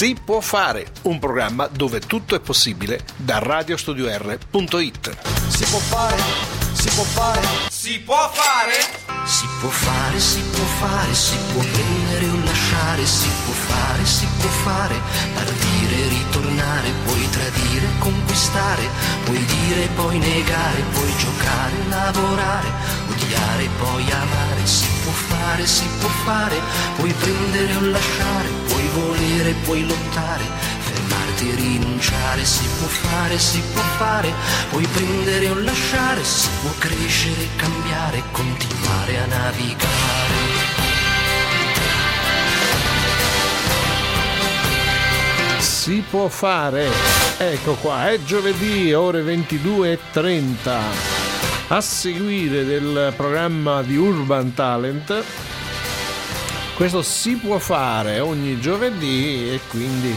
Si può fare, un programma dove tutto è possibile da radiostudioR.it. Si può fare, si può fare, si può fare, si può fare, si può fare, si può prendere o lasciare, si può fare, partire, ritornare, puoi tradire, conquistare, puoi dire, poi negare, puoi giocare, lavorare, odiare, poi amare, si può fare, puoi prendere o lasciare, puoi volere, puoi lottare, fermarti e rinunciare, si può fare, puoi prendere o lasciare, si può crescere, cambiare, continuare a navigare. Si può fare, ecco qua, è giovedì, ore 22:30. A seguire del programma di Urban Talent, questo si può fare ogni giovedì e quindi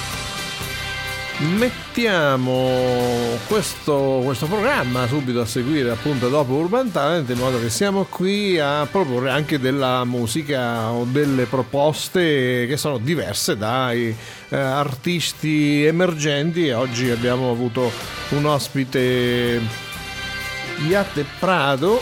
mettiamo questo programma subito a seguire, appunto dopo Urban Talent, in modo che siamo qui a proporre anche della musica o delle proposte che sono diverse dai artisti emergenti. Oggi abbiamo avuto un ospite, Yate Prado,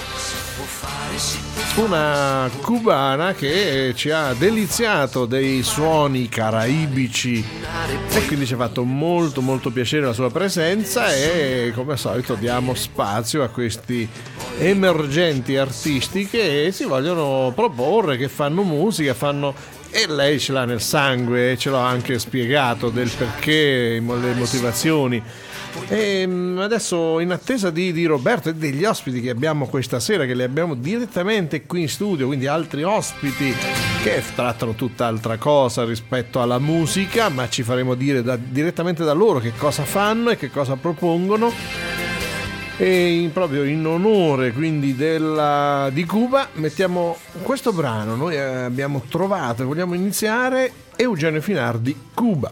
una cubana che ci ha deliziato dei suoni caraibici e quindi ci ha fatto molto molto piacere la sua presenza, e come al solito diamo spazio a questi emergenti artisti che si vogliono proporre, che fanno musica, e lei ce l'ha nel sangue e ce l'ha anche spiegato del perché, le motivazioni. E adesso, in attesa di Roberto e degli ospiti che abbiamo questa sera, che li abbiamo direttamente qui in studio, quindi altri ospiti che trattano tutt'altra cosa rispetto alla musica, ma ci faremo dire direttamente da loro che cosa fanno e che cosa propongono. E proprio in onore quindi di Cuba mettiamo questo brano. Noi abbiamo trovato e vogliamo iniziare Eugenio Finardi, Cuba.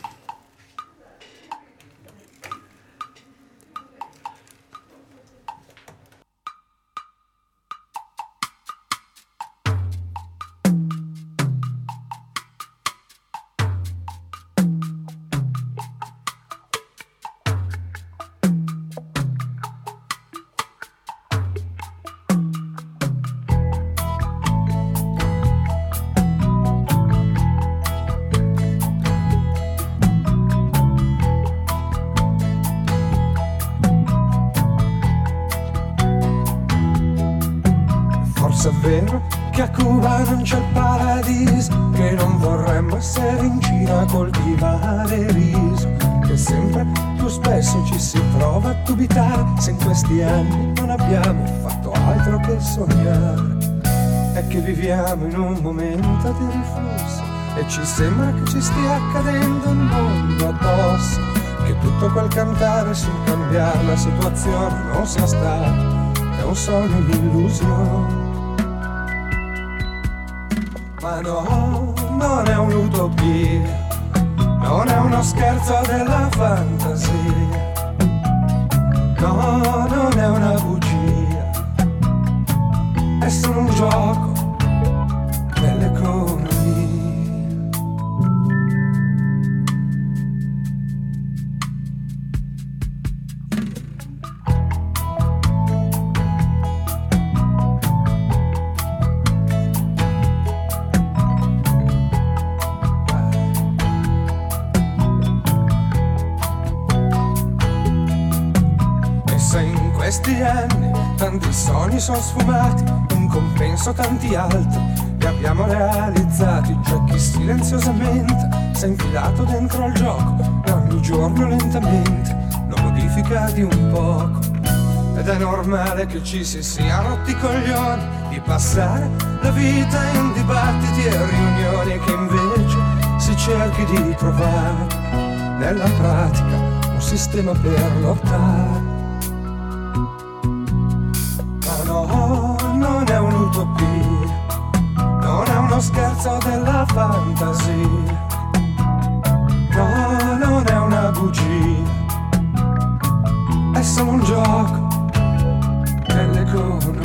È vero che a Cuba non c'è il paradiso, che non vorremmo essere in Cina a coltivare riso, che sempre più spesso ci si trova a dubitare se in questi anni non abbiamo fatto altro che sognare, e che viviamo in un momento di riflusso e ci sembra che ci stia accadendo un mondo addosso, che tutto quel cantare sul cambiare la situazione non sia stato, è un sogno, un'illusione. Ma no, non è un'utopia, non è uno scherzo della fantasia, no, non è una bugia, è solo un gioco dell'economia. Questi anni tanti sogni sono sfumati, in compenso tanti altri li abbiamo realizzati. C'è chi silenziosamente si è infilato dentro al gioco e ogni giorno lentamente lo modifica di un poco. Ed è normale che ci si sia rotti i coglioni di passare la vita in dibattiti e riunioni, che invece si cerchi di trovare nella pratica un sistema per lottare. No, non è un'utopia, non è uno scherzo della fantasia, no, non è una bugia, è solo un gioco dell'economia.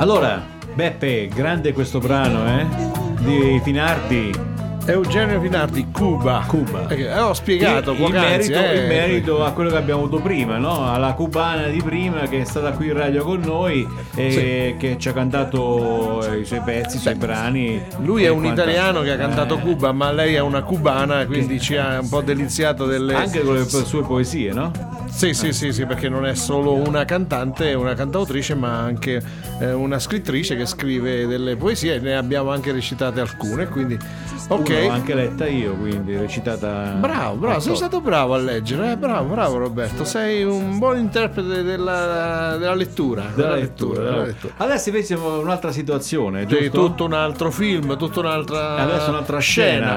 Allora, Beppe, grande questo brano, di Finardi. Eugenio Finardi, Cuba. Ho spiegato il poc'anzi, merito a quello che abbiamo avuto prima, no? Alla cubana di prima che è stata qui in radio con noi e che ci ha cantato i suoi pezzi, i suoi brani. Lui è un italiano che ha cantato Cuba, ma lei è una cubana, quindi ci ha un po' deliziato delle... Anche con le sue poesie, no? Sì, perché non è solo una cantante, una cantautrice, ma anche una scrittrice che scrive delle poesie. Ne abbiamo anche recitate alcune, quindi ok. L'ho anche letta io, quindi recitata. Bravo, sei stato bravo a leggere, bravo Roberto, sei un buon interprete della lettura. Della lettura. Adesso invece siamo in un'altra situazione, giusto? Tutto un altro film, tutta un'altra. Adesso un'altra scena,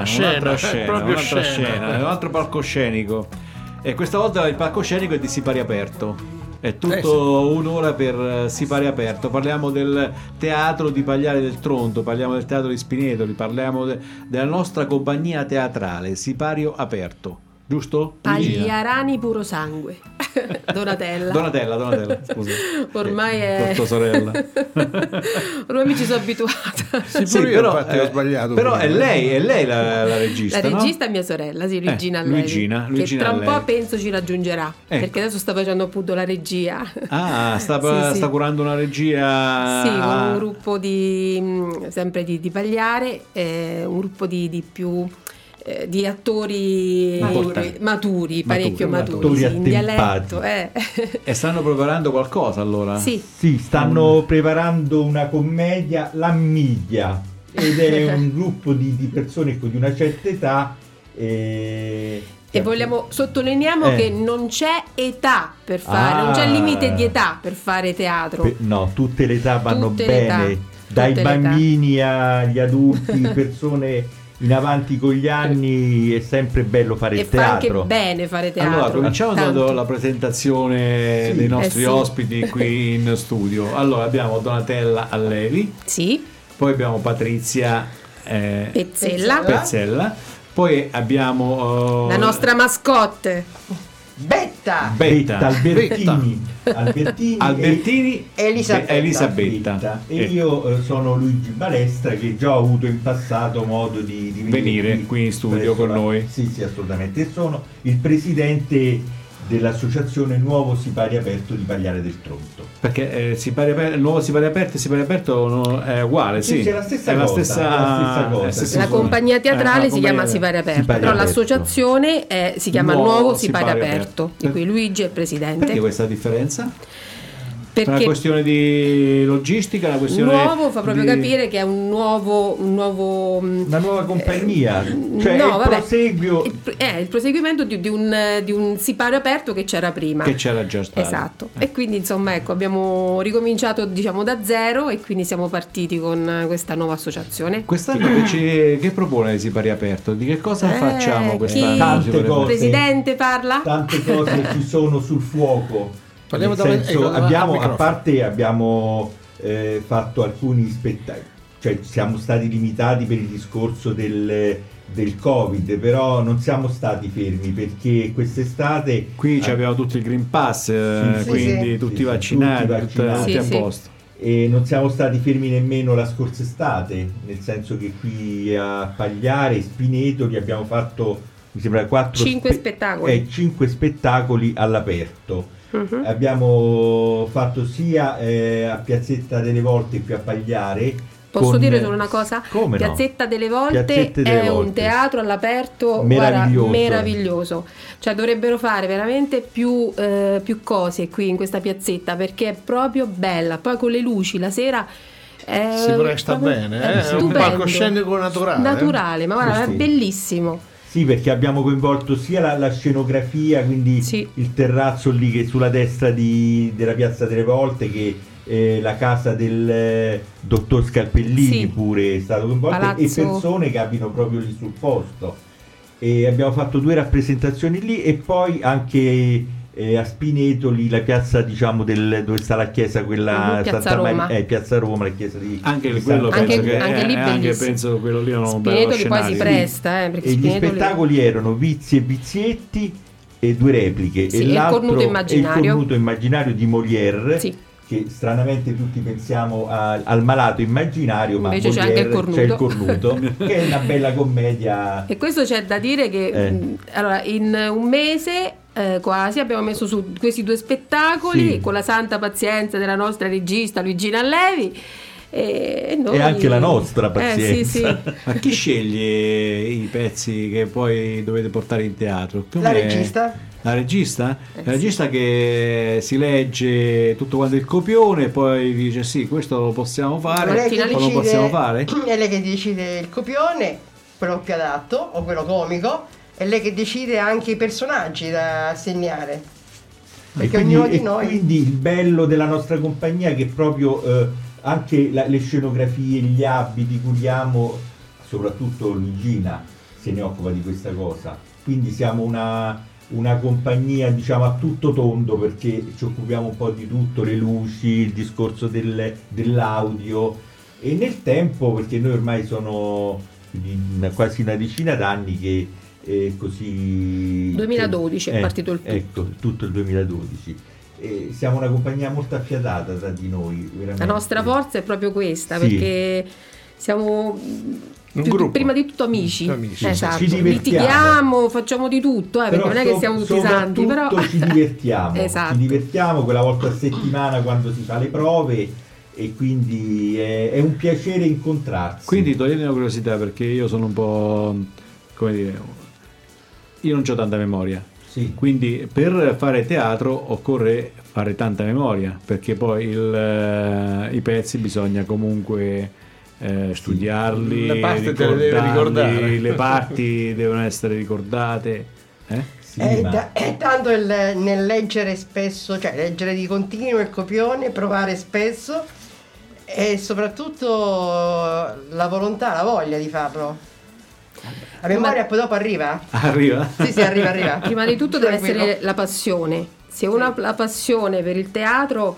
un altro palcoscenico. E questa volta il palcoscenico è di Sipari Aperto. È tutto un'ora per Sipari Aperto. Parliamo del teatro di Pagliare del Tronto, parliamo del teatro di Spinetoli, parliamo della nostra compagnia teatrale Sipario Aperto, giusto? Pagliarani puro sangue. Donatella, scusa. Ormai è tua sorella. Ormai mi ci sono abituata. Infatti ho sbagliato. Però è lei la regista. La regista è mia sorella, sì, Luigina Luigina che tra un po' penso ci raggiungerà, perché adesso sta facendo appunto la regia. Sta curando una regia. Sì, con un gruppo sempre di Pagliare, un gruppo di più di attori maturi, parecchio maturi, in dialetto. E stanno preparando qualcosa allora? Sì, stanno preparando una commedia, L'Ammiglia, ed è un gruppo di persone di una certa età. E sottolineiamo che non c'è età per fare, non c'è limite di età per fare teatro. No, tutte le età vanno bene, dai bambini agli adulti, persone in avanti con gli anni. È sempre bello fare il teatro. E fa anche bene fare teatro. Allora, cominciamo dando la presentazione dei nostri ospiti qui in studio. Allora, abbiamo Donatella Allevi. Sì. Poi abbiamo Patrizia Pezzella. Poi abbiamo la nostra mascotte Betta Albertini Elisabetta. E io sono Luigi Balestra, che già ho avuto in passato modo di venire qui in studio con noi. Sì, assolutamente. E sono il presidente dell'associazione Nuovo Sipari Aperto di Pagliare del Tronto. Perché Nuovo Sipari Aperto e Sipari Aperto è uguale, sì. È la stessa cosa. La compagnia teatrale si chiama Sipari Aperto, però l'associazione si chiama Nuovo Sipari Aperto, di cui Luigi è presidente. Perché questa differenza? Perché una questione di logistica, una questione nuovo fa proprio capire che è una nuova compagnia, cioè il proseguimento di un Sipario Aperto che c'era prima, che c'era già stato. Esatto. E quindi insomma abbiamo ricominciato da zero, e quindi siamo partiti con questa nuova associazione. Quest'anno che propone Sipari Aperto? Di che cosa facciamo quest'anno? Tante cose. Il presidente parla? Tante cose ci sono sul fuoco. Abbiamo fatto alcuni spettacoli, cioè siamo stati limitati per il discorso del Covid, però non siamo stati fermi, perché quest'estate qui abbiamo tutto il Green Pass, quindi tutti vaccinati, tutti a posto. E non siamo stati fermi nemmeno la scorsa estate, nel senso che qui a Pagliare, Spinetoli, abbiamo fatto, mi sembra, 5 spettacoli. 5 spettacoli all'aperto. Abbiamo fatto sia a Piazzetta delle Volte qui a Pagliare. Posso dire solo una cosa? Come Piazzetta delle Volte è un teatro all'aperto meraviglioso. Cioè dovrebbero fare veramente più cose qui in questa piazzetta, perché è proprio bella. Poi con le luci la sera si presta bene, è un palcoscenico naturale, ma guarda, è bellissimo. Sì, perché abbiamo coinvolto sia la scenografia, quindi il terrazzo lì che sulla destra della Piazza delle Volte, che la casa del dottor Scalpellini pure è stato coinvolto, e persone che abitano proprio lì sul posto. E abbiamo fatto 2 rappresentazioni lì, e poi anche a Spinetoli, la piazza dove sta la chiesa, quella Piazza Roma. Piazza Roma, la chiesa di quello penso che anche penso quello lì non Spinetoli poi si presta, perché e gli spettacoli erano Vizi e Vizietti e 2 repliche, e l'altro il cornuto immaginario di Molière, che stranamente tutti pensiamo al malato immaginario, ma invece c'è anche il cornuto che è una bella commedia. E questo c'è da dire che allora, in un mese quasi abbiamo messo su questi 2 spettacoli, con la santa pazienza della nostra regista Luigina Allevi e anche la nostra pazienza. Sì. Ma chi sceglie i pezzi che poi dovete portare in teatro? La regista. La regista? La regista che si legge tutto quanto il copione e poi dice sì, questo lo possiamo fare o non possiamo fare? È lei che decide il copione, quello più adatto o quello comico, è lei che decide anche i personaggi da assegnare. Perché ognuno di noi... Quindi il bello della nostra compagnia è che proprio anche le scenografie, gli abiti curiamo, soprattutto Luigina se ne occupa di questa cosa, quindi siamo una compagnia diciamo a tutto tondo, perché ci occupiamo un po' di tutto, le luci, il discorso dell'audio, e nel tempo, perché noi ormai sono quasi una decina d'anni che così 2012 è partito il tutto. Ecco, tutto il 2012. Siamo una compagnia molto affiatata tra di noi, veramente. La nostra forza è proprio questa, perché siamo prima di tutto amici. Esatto. Ci divertiamo, litighiamo, facciamo di tutto, perché non è che siamo tutti santi, però ci divertiamo. Esatto. Ci divertiamo quella volta a settimana quando si fa le prove, e quindi è un piacere incontrarsi. Quindi togliete una curiosità, perché io sono un po', come dire, io non ho tanta memoria. Sì. Quindi per fare teatro occorre fare tanta memoria, perché poi i pezzi bisogna comunque studiarli, le parti te le devi ricordare, le parti devono essere ricordate. Sì, è tanto nel leggere spesso, cioè leggere di continuo il copione, provare spesso, e soprattutto la volontà, la voglia di farlo. La memoria poi dopo arriva? Arriva? Sì, arriva. Prima di tutto deve essere la passione. Se uno ha la passione per il teatro,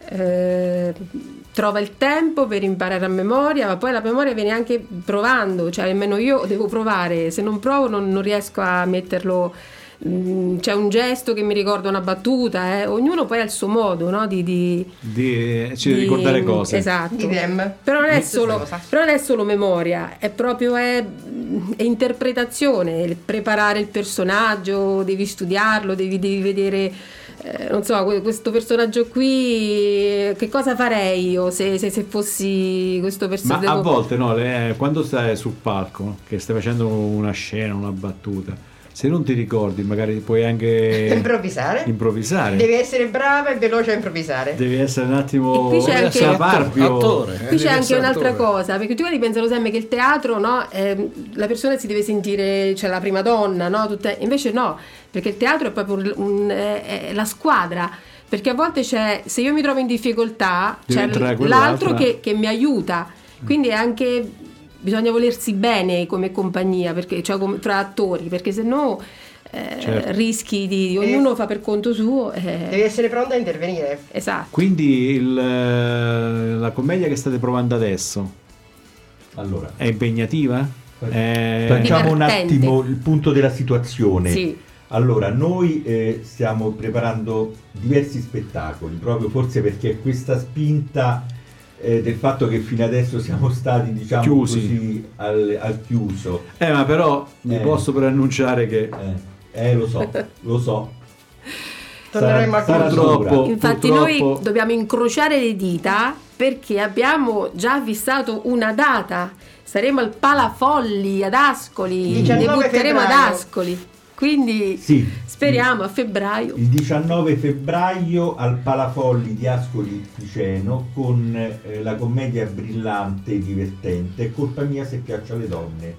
trova il tempo per imparare a memoria, ma poi la memoria viene anche provando, cioè almeno io devo provare, se non provo non riesco a metterlo. C'è un gesto che mi ricorda una battuta, ognuno poi ha il suo modo, no? di ricordare cose. Esatto. Però non è solo memoria, è proprio è interpretazione, preparare il personaggio, devi studiarlo, devi vedere, non so, questo personaggio qui, che cosa farei io se fossi questo personaggio. Ma a volte quando stai sul palco, che stai facendo una scena, una battuta, se non ti ricordi magari puoi anche improvvisare. Devi essere brava e veloce a improvvisare. Devi essere un attimo attore. Qui c'è anche un'altra cosa, perché tutti quanti pensano sempre che il teatro, no, la persona si deve sentire, cioè la prima donna, no? Invece no, perché il teatro è proprio la squadra. Perché a volte se io mi trovo in difficoltà, c'è l'altro che mi aiuta. Quindi è anche... bisogna volersi bene come compagnia, perché, cioè tra attori, perché sennò rischi di ognuno fa per conto suo. Devi essere pronta a intervenire. Esatto. Quindi la commedia che state provando adesso, allora, è impegnativa? Facciamo un attimo il punto della situazione. Sì. Allora, noi stiamo preparando diversi spettacoli, proprio forse perché questa spinta del fatto che fino adesso siamo stati, diciamo, chiusi così al chiuso. Ma però vi posso preannunciare che lo so. Torneremo a purtroppo. Infatti noi dobbiamo incrociare le dita, perché abbiamo già fissato una data. Saremo al Palafolli ad Ascoli, debutteremo ad Ascoli. Quindi speriamo a febbraio. Il 19 febbraio al Palafolli di Ascoli Piceno, con la commedia brillante e divertente Colpa mia se piaccio alle donne.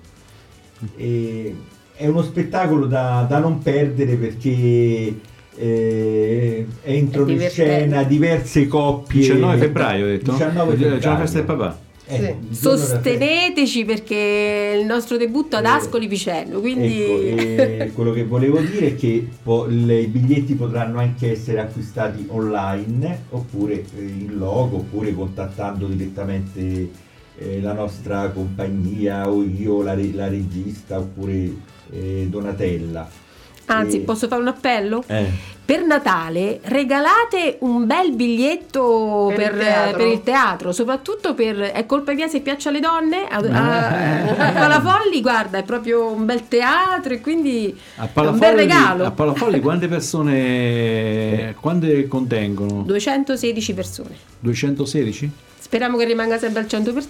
È uno spettacolo da non perdere, perché entrano in scena diverse coppie. 19 febbraio, ho detto? 19 febbraio. C'è la festa del papà. Sosteneteci, perché il nostro debutto ad Ascoli Piceno, quindi quello che volevo dire è che i biglietti potranno anche essere acquistati online, oppure in loco, oppure contattando direttamente la nostra compagnia, o io, la regista, oppure Donatella. Anzi, posso fare un appello? Per Natale regalate un bel biglietto per il teatro, soprattutto è colpa mia se piace alle donne. A Palafolli, guarda, è proprio un bel teatro e quindi è un bel regalo. A Palafolli quante persone, quante contengono? 216 persone. 216? Speriamo che rimanga sempre al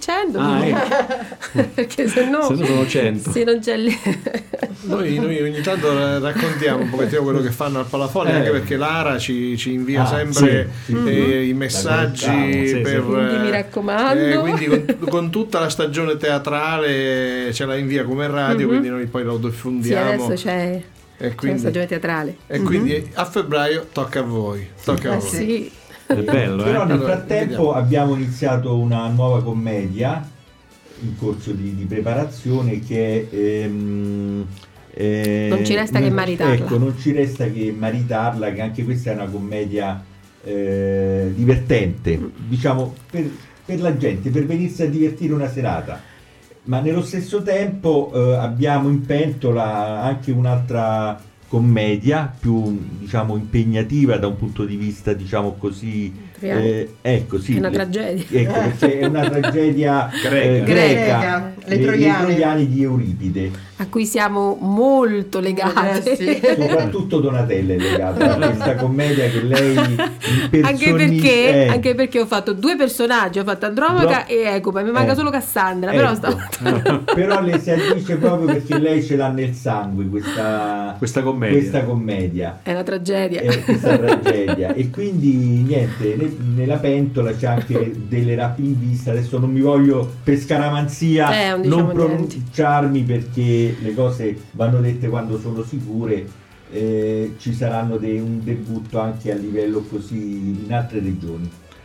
100%, perché se no sono 100. Se non c'è lì. Noi ogni tanto raccontiamo un pochettino quello che fanno al Palafolli, anche perché Lara ci invia sempre i messaggi quindi mi raccomando. quindi con tutta la stagione teatrale ce la invia come radio, quindi noi poi lo diffondiamo. Sì, adesso c'è la stagione teatrale. E quindi a febbraio tocca a voi. Sì. È bello, però nel frattempo abbiamo iniziato una nuova commedia in corso di preparazione che non ci resta che maritarla. Ecco, non ci resta che maritarla, che anche questa è una commedia divertente, diciamo per la gente, per venirsi a divertire una serata. Ma nello stesso tempo abbiamo in pentola anche un'altra commedia più, diciamo, impegnativa da un punto di vista, diciamo così, ecco, sì, è una tragedia, ecco, perché è una tragedia greca, le Troiani di Euripide, a cui siamo molto legati. Soprattutto Donatella è legata a questa commedia che lei anche perché ho fatto 2 personaggi, ho fatto Andromaca e Ecuba, mi manca solo Cassandra, però le si addice proprio perché lei ce l'ha nel sangue questa commedia è una tragedia, questa tragedia. E quindi niente, nella pentola c'è anche delle rape in vista. Adesso non mi voglio per scaramanzia non pronunciarmi, perché le cose vanno dette quando sono sicure. Ci saranno un debutto anche a livello così in altre regioni.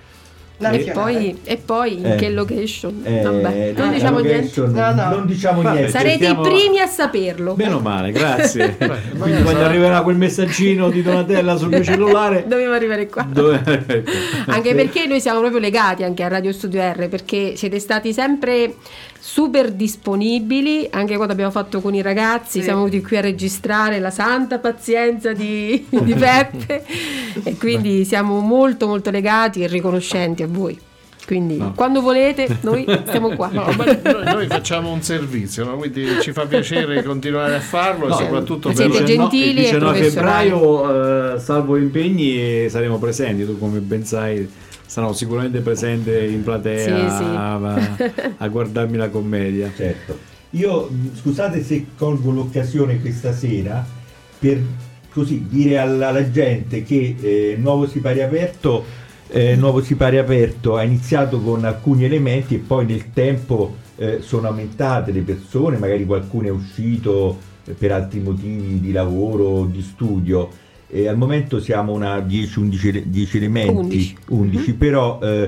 E poi in che location? Non diciamo niente. Non diciamo niente. Sarete i primi a saperlo. Meno male, grazie. Quindi quando arriverà quel messaggino di Donatella sul mio cellulare dobbiamo arrivare qua. Anche perché noi siamo proprio legati anche a Radio Studio R, perché siete stati sempre super disponibili, anche quando abbiamo fatto con i ragazzi, siamo venuti qui a registrare La santa pazienza di Peppe, e quindi siamo molto molto legati e riconoscenti a voi. Quindi quando volete noi siamo qua. Noi facciamo un servizio, quindi ci fa piacere continuare a farlo, e soprattutto siete gentili e professionali. A febbraio, salvo impegni, saremo presenti. Tu, come ben sai, sarò sicuramente presente in platea a guardarmi la commedia. Certo. Io, scusate se colgo l'occasione questa sera per così dire alla gente che Nuovo Sipario Aperto ha iniziato con alcuni elementi e poi nel tempo sono aumentate le persone, magari qualcuno è uscito per altri motivi di lavoro o di studio. Al momento siamo una 10 elementi, 11 però è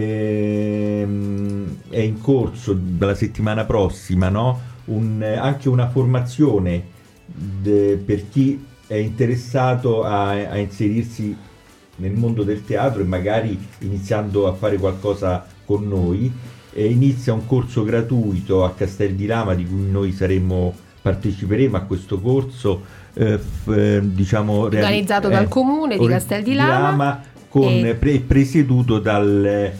in corso dalla settimana prossima, no? Anche una formazione per chi è interessato a inserirsi nel mondo del teatro e magari iniziando a fare qualcosa con noi. Inizia un corso gratuito a Castel di Lama, di cui noi parteciperemo a questo corso, diciamo organizzato dal comune di Castel di Lama, presieduto da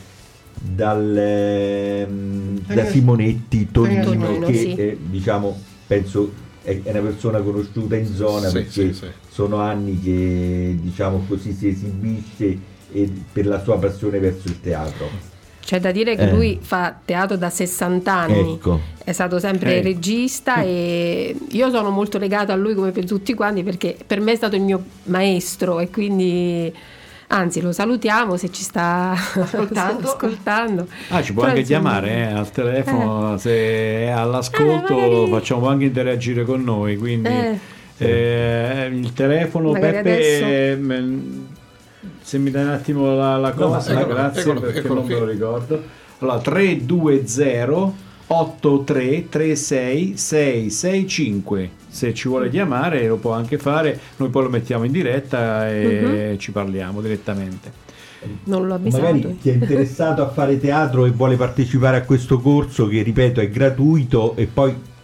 Simonetti Tonino, che diciamo penso è una persona conosciuta in zona, perché sono anni che, diciamo così, si esibisce per la sua passione verso il teatro. C'è da dire che lui fa teatro da 60 anni, ecco. È stato sempre regista, e io sono molto legata a lui come per tutti quanti, perché per me è stato il mio maestro, e quindi anzi lo salutiamo se ci sta ascoltando. Ci può anche chiamare al telefono, se è all'ascolto magari facciamo anche interagire con noi, quindi il telefono Peppe, se mi dai un attimo la cosa, grazie, perché non me lo ricordo. Allora, 320 83 36 665. Se ci vuole chiamare lo può anche fare, noi poi lo mettiamo in diretta e ci parliamo direttamente. Non l'ho avvisato. Magari chi è interessato a fare teatro e vuole partecipare a questo corso, che ripeto è gratuito, e poi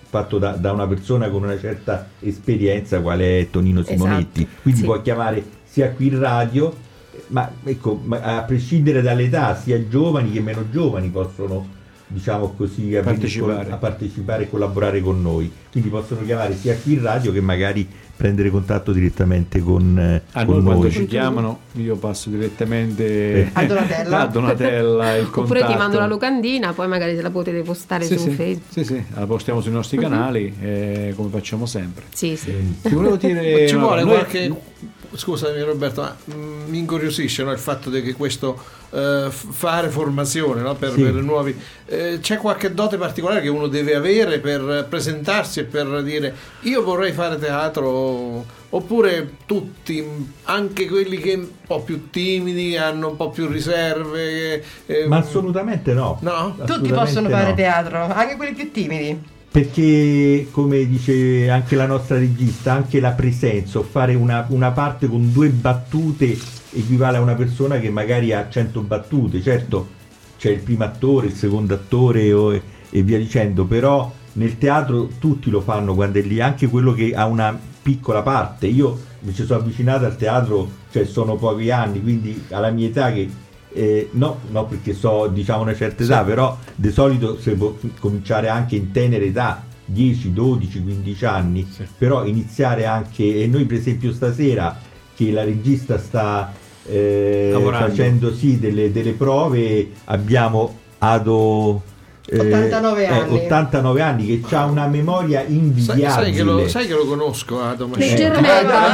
fatto da una persona con una certa esperienza quale è Tonino Simonetti. Esatto. Quindi può chiamare sia qui in radio, ma ecco, a prescindere dall'età, sia giovani che meno giovani possono, diciamo così, a partecipare e collaborare con noi. Quindi possono chiamare sia qui in radio che magari prendere contatto direttamente con noi. Quando ci chiamano io passo direttamente a Donatella il contatto. Oppure ti mando la locandina, poi magari se la potete postare su Facebook. Sì, la postiamo sui nostri canali, come facciamo sempre. Sì. Ti volevo dire, ci vuole qualche... Scusami Roberto, ma mi incuriosisce, no, il fatto che questo fare formazione, no, per nuovi, c'è qualche dote particolare che uno deve avere per presentarsi e per dire io vorrei fare teatro, oppure tutti, anche quelli che un po' più timidi, hanno un po' più riserve? Ma assolutamente no. Tutti possono fare teatro, anche quelli più timidi. Perché, come dice anche la nostra regista, anche la presenza, o fare una parte con 2 battute equivale a una persona che magari ha 100 battute. Certo, c'è il primo attore, il secondo attore e via dicendo, però nel teatro tutti lo fanno quando è lì, anche quello che ha una piccola parte. Io mi ci sono avvicinato al teatro, cioè sono pochi anni, quindi alla mia età che... no perché so, diciamo, una certa età, però di solito si può cominciare anche in tenera età, 10, 12, 15 anni, però iniziare anche, e noi per esempio stasera che la regista sta facendo delle prove, abbiamo 89 anni che ha una memoria invidiabile. Sai che lo conosco Ado Leggermente.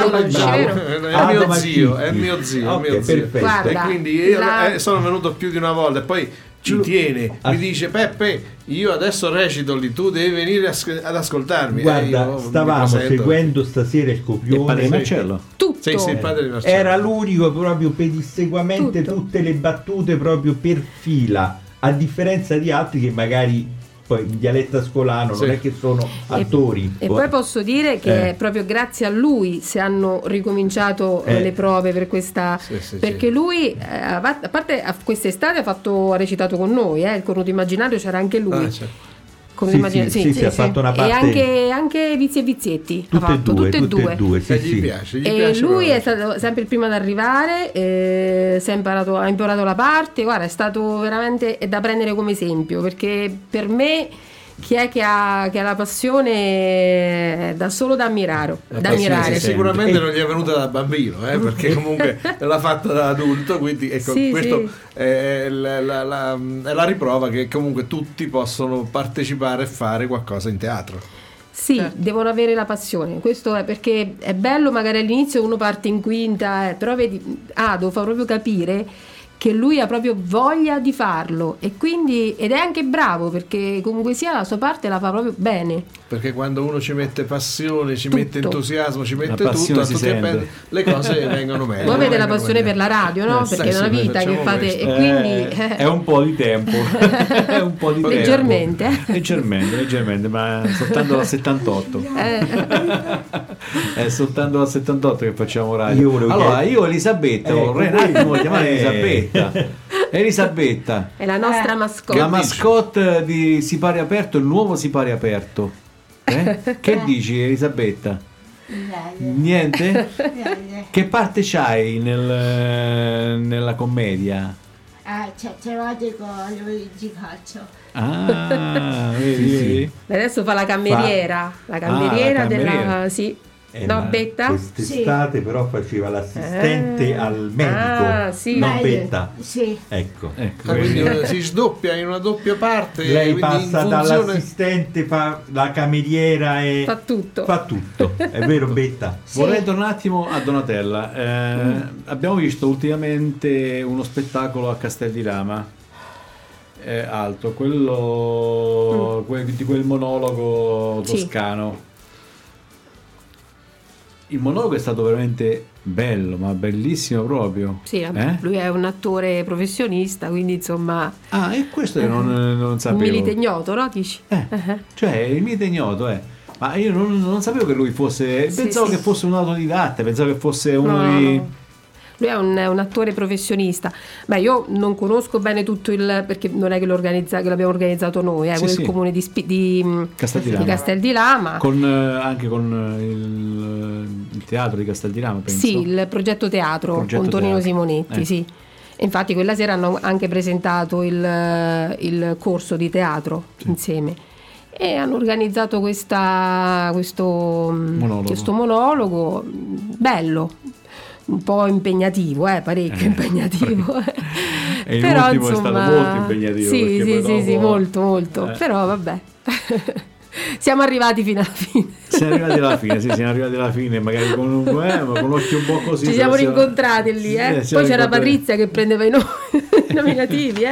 È mio zio. Guarda, e quindi io sono venuto più di una volta e poi ci tiene, mi dice Peppe, io adesso recito lì, tu devi venire ad ascoltarmi. Guarda, stavamo seguendo stasera il copione. Il padre di Marcello. Tutto. Il padre di Marcello. Era l'unico proprio pedissequamente, tutte le battute proprio per fila, a differenza di altri che magari poi in dialetto ascolano non è che sono attori. E poi posso dire che proprio grazie a lui si hanno ricominciato le prove per questa, perché lui a parte quest'estate ha recitato con noi, il cornuto immaginario c'era anche lui. Ha fatto una parte, e anche Vizi e Vizietti, tutte e due. Gli piace lui è stato sempre il primo ad arrivare, ha imparato la parte. Guarda, è stato veramente da prendere come esempio, perché per me chi è che ha la passione da solo da ammirare. Sicuramente non gli è venuta da bambino, perché comunque l'ha fatta da adulto, quindi ecco, questo è la riprova che comunque tutti possono partecipare e fare qualcosa in teatro. Devono avere la passione. Questo è perché è bello, magari all'inizio uno parte in quinta, però vedi, Ado fa proprio capire che lui ha proprio voglia di farlo, ed è anche bravo, perché comunque sia la sua parte la fa proprio bene. Perché quando uno ci mette passione, ci mette entusiasmo, ci mette tutto, le cose vengono meglio. Voi avete la passione per la radio, no? Perché è una vita che fate, e quindi è un po' di tempo. È un po' di leggermente. Leggermente, ma soltanto dal 78. È soltanto dal 78 che facciamo radio. Io Elisabetta vorrei un attimo chiamare Elisabetta. È la nostra mascotte. La mascotte di Sipari Aperto, il nuovo Sipari Aperto. Che dici Elisabetta? Niente? Che parte c'hai nella commedia? Certe volte con Luigi faccio. Vedi? Adesso fa la cameriera. La cameriera della... Betta? Quest'estate però faceva l'assistente al medico, non Betta. Ecco. Quindi si sdoppia in una doppia parte. Lei passa dall'assistente, fa la cameriera e fa tutto. È vero, Betta? Vorrei tornare un attimo a Donatella. Abbiamo visto ultimamente uno spettacolo a Castel di Lama. Alto, quello di quel monologo toscano. Il monologo è stato veramente bello, ma bellissimo proprio. Lui è un attore professionista, quindi insomma. E questo io non sapevo. Un milite ignoto, no? Dici? Cioè, il milite ignoto, Ma io non sapevo che lui fosse. Pensavo che fosse un autodidatta, pensavo che fosse uno di. lui è un attore professionista. Beh, io non conosco bene tutto perché non è che l'abbiamo organizzato noi, il comune di Castel di Lama, anche con il teatro di Castel di Lama, penso. Sì, il progetto teatro con Tonino Simonetti, sì. Infatti quella sera hanno anche presentato il corso di teatro insieme e hanno organizzato questo monologo bello, un po' impegnativo, parecchio impegnativo. E però insomma, è stato molto impegnativo. Sì, molto. Però vabbè. Siamo arrivati fino alla fine. Siamo arrivati alla fine, magari con un occhio un po' così. Ci siamo rincontrati lì, Poi c'era Patrizia che prendeva i nominativi,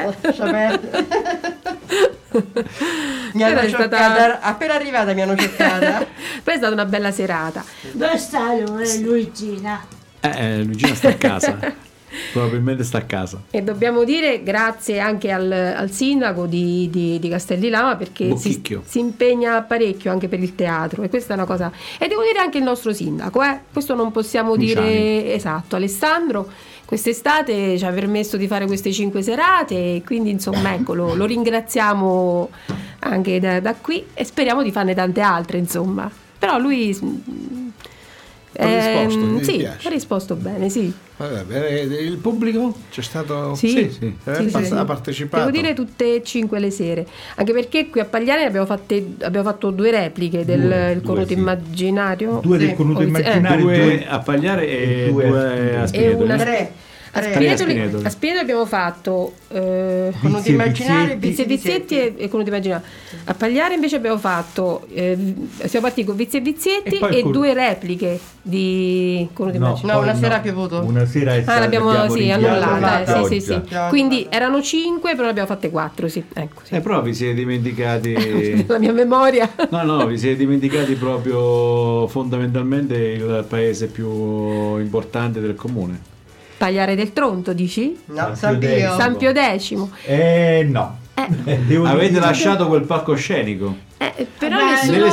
Mi hanno cercata, appena arrivata mi hanno cercata. Poi è stata una bella serata. Dove sta Luigina? Luigina sta a casa. Probabilmente sta a casa. E dobbiamo dire grazie anche al sindaco di Castel di Lama, perché si impegna parecchio anche per il teatro, e questa è una cosa. E devo dire anche il nostro sindaco, questo non possiamo dire, esatto, Alessandro quest'estate ci ha permesso di fare queste 5 serate, e quindi insomma ecco, lo ringraziamo anche da qui, e speriamo di farne tante altre, insomma. Però lui ha risposto bene, sì. Il pubblico c'è stato? Sì. Ha partecipato. Devo dire tutte e 5 le sere, anche perché qui a Pagliari abbiamo fatto 2 repliche del Cornuto Immaginario. 2 del Cornuto Immaginario, 2 a Pagliari e 2 a Spineto. A Spineto abbiamo fatto Cornuto Immaginario, Vizi e Vizietti e Cornuto Immaginario. A Pagliari invece abbiamo fatto siamo partiti con Vizi e Vizietti e 2 repliche di Cornuto Immaginario. Una sera ha piovuto. Una sera è stata l'abbiamo annullata. Sì. Quindi erano 5, però ne abbiamo fatte 4, sì. Ecco, sì. Però vi siete dimenticati la mia memoria. No, vi siete dimenticati proprio fondamentalmente il paese più importante del comune. Pagliare del Tronto, dici? No, San Pio X. No. Avete lasciato quel palcoscenico. Però nelle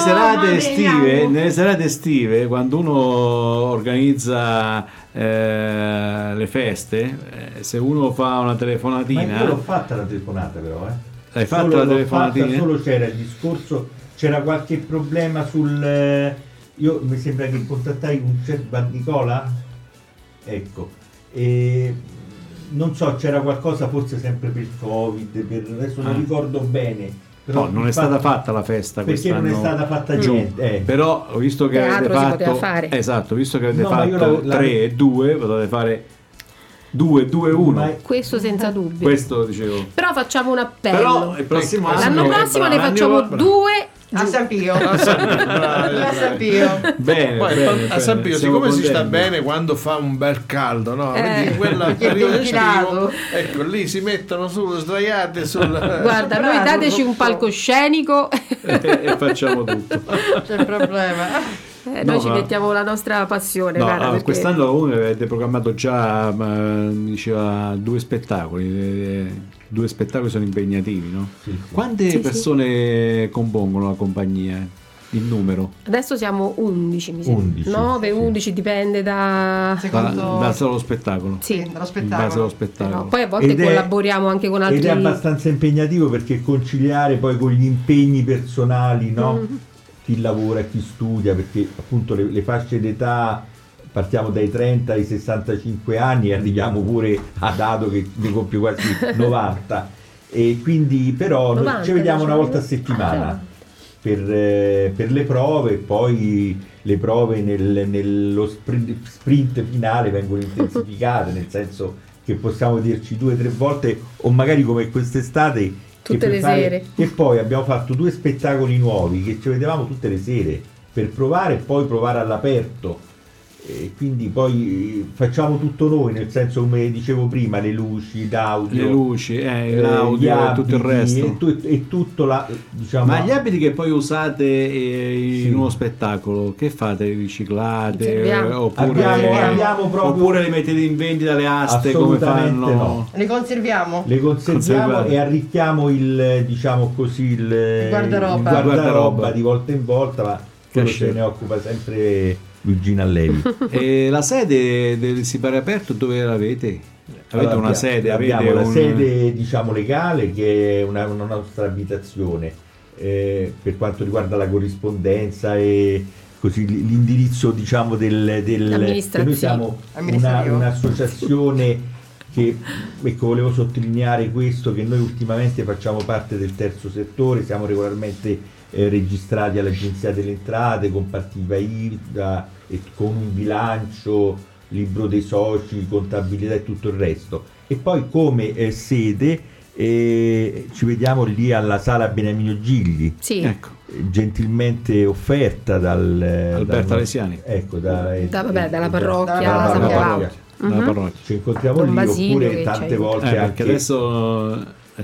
serate estive, quando uno organizza le feste, se uno fa una telefonatina. Ma io l'ho fatta la telefonata, però. L'hai fatta la telefonatina? Solo c'era il discorso, c'era qualche problema io mi sembra che contattai un certo Nicola. Ecco. E non so, c'era qualcosa forse sempre per il Covid, adesso non ricordo bene, però non è stata fatta la festa perché quest'anno, non è stata fatta niente. Però visto che avete fatto visto che avete fatto 3 e 2, potete fare 2, 2, 1. Questo senza dubbio. Questo dicevo. Però facciamo un appello. Però il prossimo l'anno prossimo ne facciamo 2 a San Pio. A San Pio. Bene, a San Pio, siccome si sta bene quando fa un bel caldo, no? Vedi, quella periodo estivo, ecco, lì si mettono sdraiate Guarda, noi dateci un palcoscenico e facciamo tutto. C'è problema. Noi ci mettiamo la nostra passione. Perché quest'anno comunque avete programmato già, mi diceva, 2 spettacoli. 2 spettacoli sono impegnativi, no? Sì. Quante persone compongono la compagnia? Il numero? Adesso siamo 11, mi sembra. 11, 9, 11, dipende da solo spettacolo. Sì, dallo spettacolo. Dallo spettacolo. Poi a volte collaboriamo anche con altri. Ed è abbastanza impegnativo, perché conciliare poi con gli impegni personali, no? Chi lavora e chi studia, perché appunto le fasce d'età, partiamo dai 30 ai 65 anni e arriviamo pure a Dado che ne compie quasi 90, e quindi però 90, ci vediamo una volta a settimana per le prove, e poi le prove nello sprint finale vengono intensificate, nel senso che possiamo dirci 2 o 3 volte, o magari come quest'estate tutte le sere. E poi abbiamo fatto 2 spettacoli nuovi che ci vedevamo tutte le sere per provare, e poi provare all'aperto. E quindi poi facciamo tutto noi, nel senso, come dicevo prima, le luci, l'audio, l'audio e tutto il resto, e tutto diciamo. Ma gli abiti che poi usate in uno spettacolo, che fate? Riciclate? Oppure le mettete in vendita le aste? Come fanno? No. Le conserviamo e arricchiamo il guardaroba di volta in volta, ma quello se ne occupa sempre Luigina Allevi. E la sede del Sipario Aperto dove l'avete? Avete una sede? Abbiamo la sede, diciamo, legale, che è una nostra abitazione, per quanto riguarda la corrispondenza e così l'indirizzo, diciamo, che noi siamo un'associazione che, ecco, volevo sottolineare questo, che noi ultimamente facciamo parte del terzo settore, siamo regolarmente registrati all'Agenzia delle Entrate con partita IVA e con un bilancio, libro dei soci, contabilità e tutto il resto. E poi come sede ci vediamo lì alla Sala Beniamino Gigli, sì. Ecco. Gentilmente offerta Alberto Alesiani, ecco, dalla parrocchia. Dalla parrocchia. Ci incontriamo lì, oppure tante volte perché adesso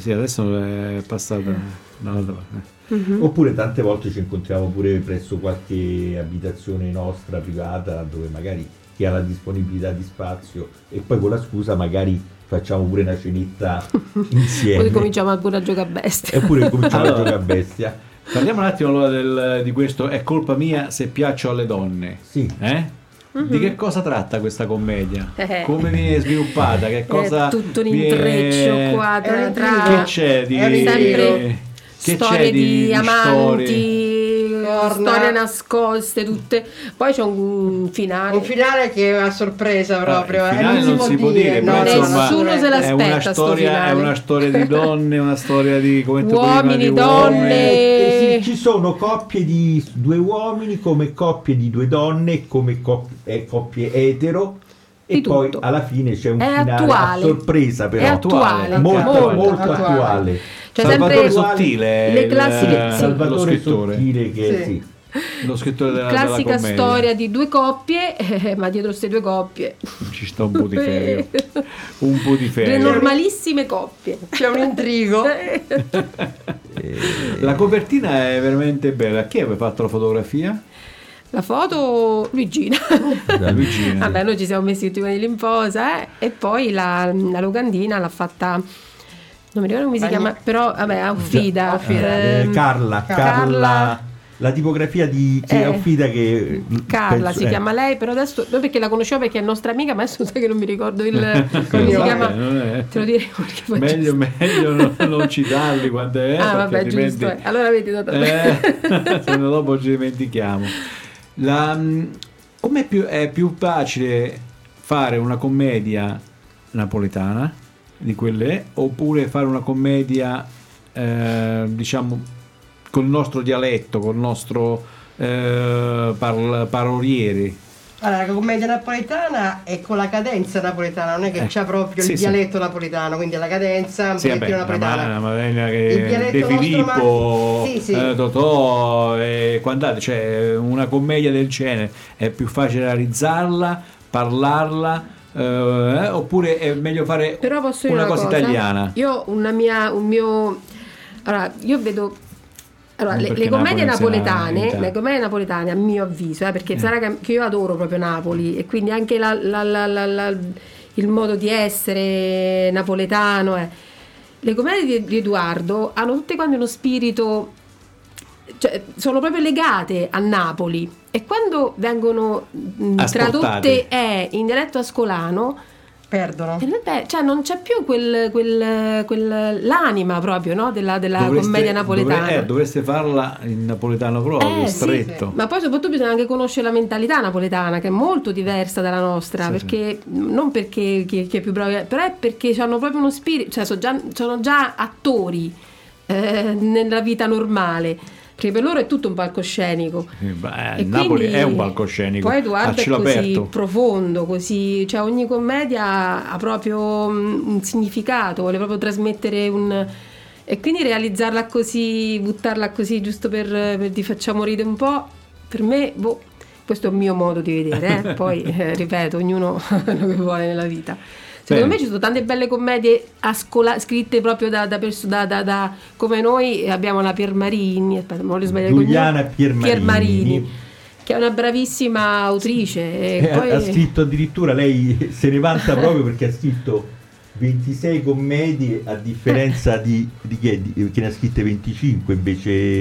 è passata dall'altra parte. Oppure tante volte ci incontriamo pure presso qualche abitazione nostra privata, dove magari chi ha la disponibilità di spazio, e poi con la scusa magari facciamo pure una cenetta insieme. Poi cominciamo pure a giocare a bestia. Eppure cominciamo a giocare a bestia. Parliamo un attimo allora di questo È colpa mia se piaccio alle donne. Sì. Di che cosa tratta questa commedia? Come viene sviluppata? Che cosa è tutto un intreccio qua tra che c'è di storie di amanti, storie nascoste, tutte. Poi c'è un finale che è una sorpresa proprio. Il finale non si può dire, no, nessuno se l'aspetta. È una storia di donne, una storia di uomini, donne. Ci sono coppie di 2 uomini, come coppie di 2 donne, come coppie etero. E poi alla fine c'è un finale a sorpresa, però è attuale, molto attuale. C'è Salvatore sempre Sottile, le classiche, Salvatore Sottile, che sì. Lo scrittore della classica commedia. Storia di 2 coppie, ma dietro queste 2 coppie ci sta un po' di ferio. Un po' di ferio. 2 normalissime coppie. C'è un intrigo. La copertina è veramente bella. Chi aveva fatto la fotografia? La foto Luigina. Luigina. Vabbè, noi ci siamo messi tutti quelli in posa, e poi la locandina l'ha fatta, non mi ricordo come si chiama, però vabbè, Aufida. Carla. La tipografia di Aufida, che Carla si chiama lei, però adesso noi perché la conosciamo perché è nostra amica, ma adesso sai che non mi ricordo come si chiama. Te lo direi meglio non citarli quando è. Vabbè, giusto. Allora vedi, se no dopo ci dimentichiamo. Come è più facile fare una commedia napoletana di quelle, oppure fare una commedia diciamo col nostro dialetto, col nostro paroliere? Allora, la commedia napoletana è con la cadenza napoletana, non è che c'ha proprio il dialetto napoletano, quindi la cadenza un pochettino napoletana. Il dialetto De Filippo, Totò e quant'altro, cioè una commedia del genere è più facile realizzarla, parlarla, oppure è meglio fare una cosa italiana? Io io vedo. Allora, le commedie napoletane, a mio avviso, perché sarà che io adoro proprio Napoli, e quindi anche il modo di essere napoletano. Le commedie di Edoardo hanno tutte quante uno spirito, cioè sono proprio legate a Napoli, e quando vengono tradotte in dialetto ascolano perdono. Cioè non c'è più l'anima proprio, no? della commedia napoletana. Dovreste farla in napoletano proprio, stretto. Sì. Ma poi soprattutto bisogna anche conoscere la mentalità napoletana, che è molto diversa dalla nostra, non perché chi è più bravo, però è perché hanno proprio uno spirito, cioè sono già attori nella vita normale. Perché per loro è tutto un palcoscenico. Napoli è un palcoscenico. Poi Edoardo è così profondo, così, cioè ogni commedia ha proprio un significato, vuole proprio trasmettere e quindi realizzarla così, buttarla così giusto per ti facciamo ridere un po', per me, questo è il mio modo di vedere, poi ripeto, ognuno quello che vuole nella vita. Secondo me ci sono tante belle commedie scritte proprio da come noi abbiamo la Piermarini, Giuliana Piermarini, che è una bravissima autrice, poi ha scritto addirittura, lei se ne vanta proprio perché ha scritto 26 commedie, a differenza di che ne ha scritte 25 invece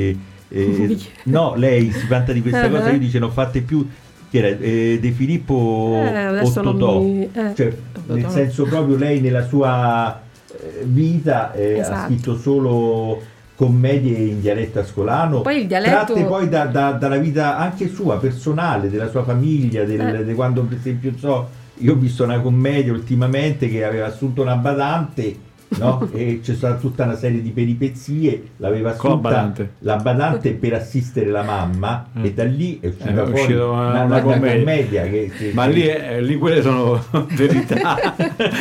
no, lei si vanta di questa cosa, io dice non fate più, che era De Filippo Ottotò, cioè, nel senso proprio lei nella sua vita ha scritto solo commedie in dialetto ascolano, poi il dialetto... tratte poi dalla vita anche sua, personale, della sua famiglia, di quando per esempio io ho visto una commedia ultimamente che aveva assunto una badante, no? E c'è stata tutta una serie di peripezie, l'aveva assunta la badante per assistere la mamma e da lì è uscita fuori una commedia ma lì quelle sono verità.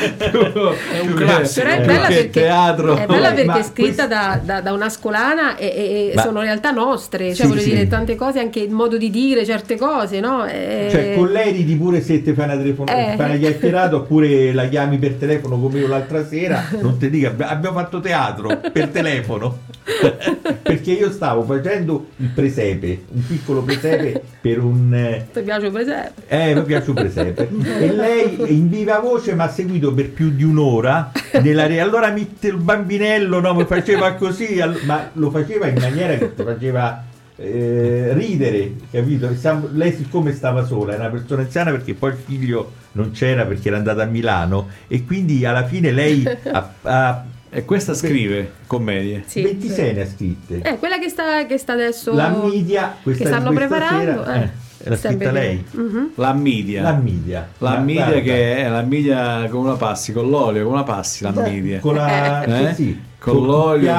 È un classico. Però è bella perché, teatro. È bella perché è scritta da una scolana e sono realtà nostre, cioè voglio dire tante cose, anche il modo di dire certe cose, no? Cioè con lei ridi pure se te fai una telefonata, fai una chiacchierata, oppure la chiami per telefono come io l'altra sera, non ti dica abbiamo fatto teatro per telefono perché io stavo facendo il presepe, un piccolo presepe per un ti piace il presepe? Mi piace il presepe e lei in viva voce mi ha seguito per più di un'ora allora il bambinello mi faceva così, ma lo faceva in maniera che ti faceva ridere, capito? Lei siccome stava sola, era una persona anziana perché poi il figlio non c'era perché era andata a Milano e quindi alla fine lei e questa scrive commedie, 26 ne ha scritte, quella che sta adesso la media, che stanno preparando l'ha scritta lei. La media che è la media come la passi, con l'olio, come la passi la media con la con l'olio,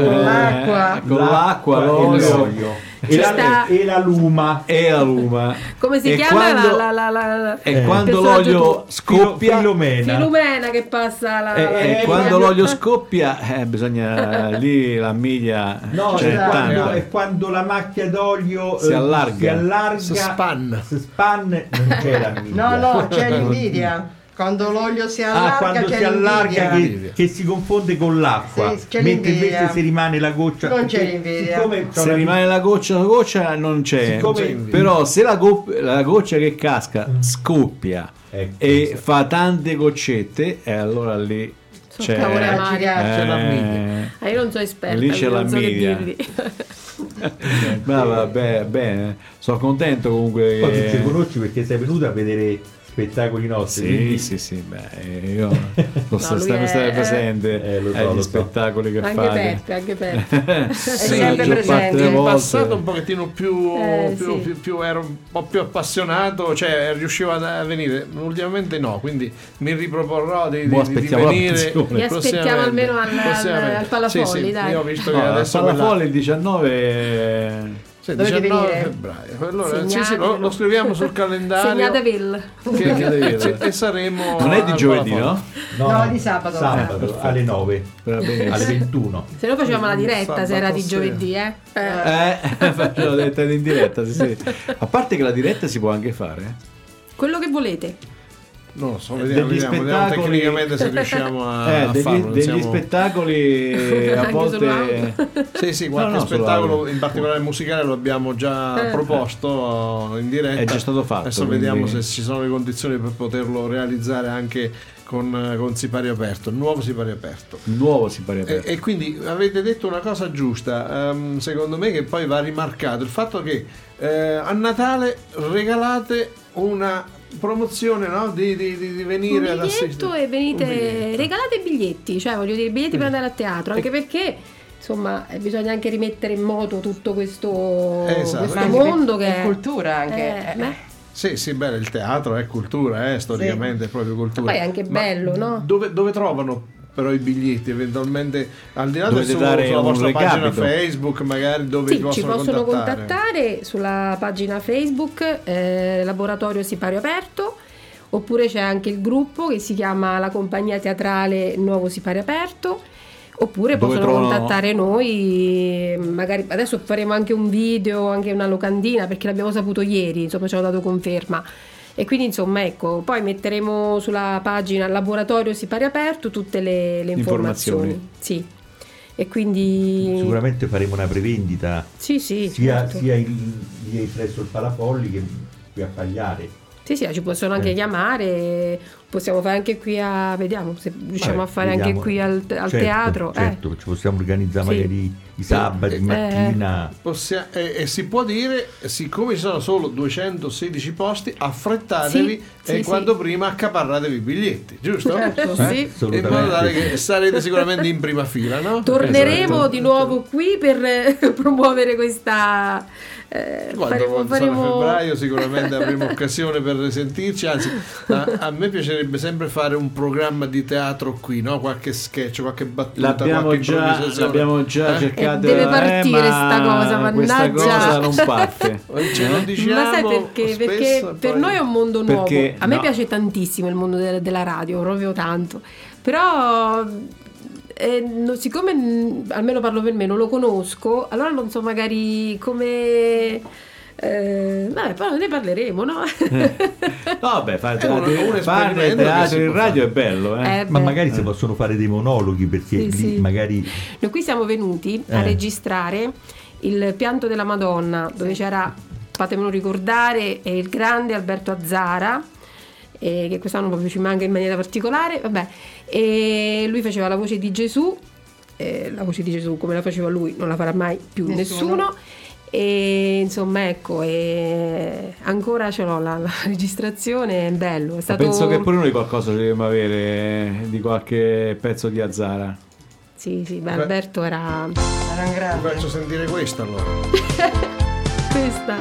con l'acqua, l'olio e la luma. Come si chiama? Quando l'olio scoppia, Filumena che passa quando l'olio scoppia bisogna lì la miglia, è quando la macchia d'olio si allarga, si span, non c'è la miglia. No, c'è l'invidia. Quando l'olio si allarga, che si confonde con l'acqua, mentre invece se rimane la goccia non c'è l'invidia. Se rimane la goccia non c'è, però se la goccia che casca scoppia e fa tante goccette, e allora lì c'è la media. Io non sono esperta, lì c'è la media. Ma vabbè, bene, sono contento comunque. Poi tu ci conosci perché sei venuta a vedere spettacoli nostri. Sì, beh, io lo so, stare presente agli spettacoli che fate. Anche Peppe è sempre presente. In passato un pochettino più ero un po' più appassionato, cioè riuscivo a venire, ultimamente no, quindi mi riproporrò di venire. Vi aspettiamo almeno al Palafolli, dai. Io ho visto che adesso Palafolli il 19 19 febbraio. Allora, lo scriviamo sul calendario. Segnatevi. E saremo. Non è di giovedì, no? No, di sabato. Sabato alle 9, alle 21. Se no facevamo la diretta se era di giovedì, faccio la diretta in diretta, sì. A parte che la diretta si può anche fare. Quello che volete. Non lo so, vediamo tecnicamente se riusciamo a farlo. Degli spettacoli a volte sì, qualche spettacolo in particolare musicale lo abbiamo già proposto in diretta, è già stato fatto, adesso vediamo se ci sono le condizioni per poterlo realizzare anche con Sipario Aperto, nuovo Sipario Aperto. E quindi avete detto una cosa giusta, secondo me, che poi va rimarcato, il fatto che a Natale regalate una promozione, no? Di venire ad assistere e venite, regalate biglietti, cioè voglio dire biglietti per andare a teatro, anche perché insomma bisogna anche rimettere in moto tutto questo mondo che è cultura anche. Sì, beh, il teatro è cultura, storicamente è proprio cultura. Poi è anche bello, no? Dove trovano però i biglietti eventualmente, al di là sulla vostra pagina Facebook, magari dove ci possono contattare sulla pagina Facebook Laboratorio Sipario Aperto, oppure c'è anche il gruppo che si chiama la Compagnia Teatrale Nuovo Sipario Aperto, oppure possono contattare noi, magari adesso faremo anche un video, anche una locandina, perché l'abbiamo saputo ieri, insomma ci hanno dato conferma. E quindi insomma ecco, poi metteremo sulla pagina Laboratorio Sipario Aperto tutte le informazioni. Sì. E quindi sicuramente faremo una prevendita sia presso il Palafolli che qui a Pagliare. Sì, ci possono anche chiamare, possiamo fare anche qui vediamo se riusciamo a fare anche qui al teatro. Certo, ci possiamo organizzare magari i sabati mattina. E si può dire, siccome ci sono solo 216 posti, affrettatevi quanto prima accaparratevi i biglietti, giusto? Certo, sì. In modo tale che sarete sicuramente in prima fila, no? Torneremo di nuovo qui per promuovere questa... Quando faremo... febbraio sicuramente avremo occasione per risentirci, anzi a me piacerebbe sempre fare un programma di teatro qui, no? Qualche sketch, qualche battuta, l'abbiamo già cercato, deve partire sta cosa, mannaggia, questa cosa non parte. Non diciamo, ma sai perché per poi... noi è un mondo nuovo, a me piace tantissimo il mondo della radio, proprio tanto, però siccome almeno parlo per me, non lo conosco, allora non so magari come poi ne parleremo, no? Vabbè, fare teatro in radio è bello, ma magari si possono fare dei monologhi, perché magari noi qui siamo venuti a registrare il pianto della Madonna, dove c'era, fatemelo ricordare, il grande Alberto Azzara, che quest'anno proprio ci manca in maniera particolare, e lui faceva la voce di Gesù, come la faceva lui non la farà mai più nessuno. E insomma, ecco, ancora ce l'ho la registrazione, è bello, è stato... Penso che pure noi qualcosa dobbiamo avere di qualche pezzo di Azzara. Sì, Alberto era un grande. Ti faccio sentire questa allora. Questa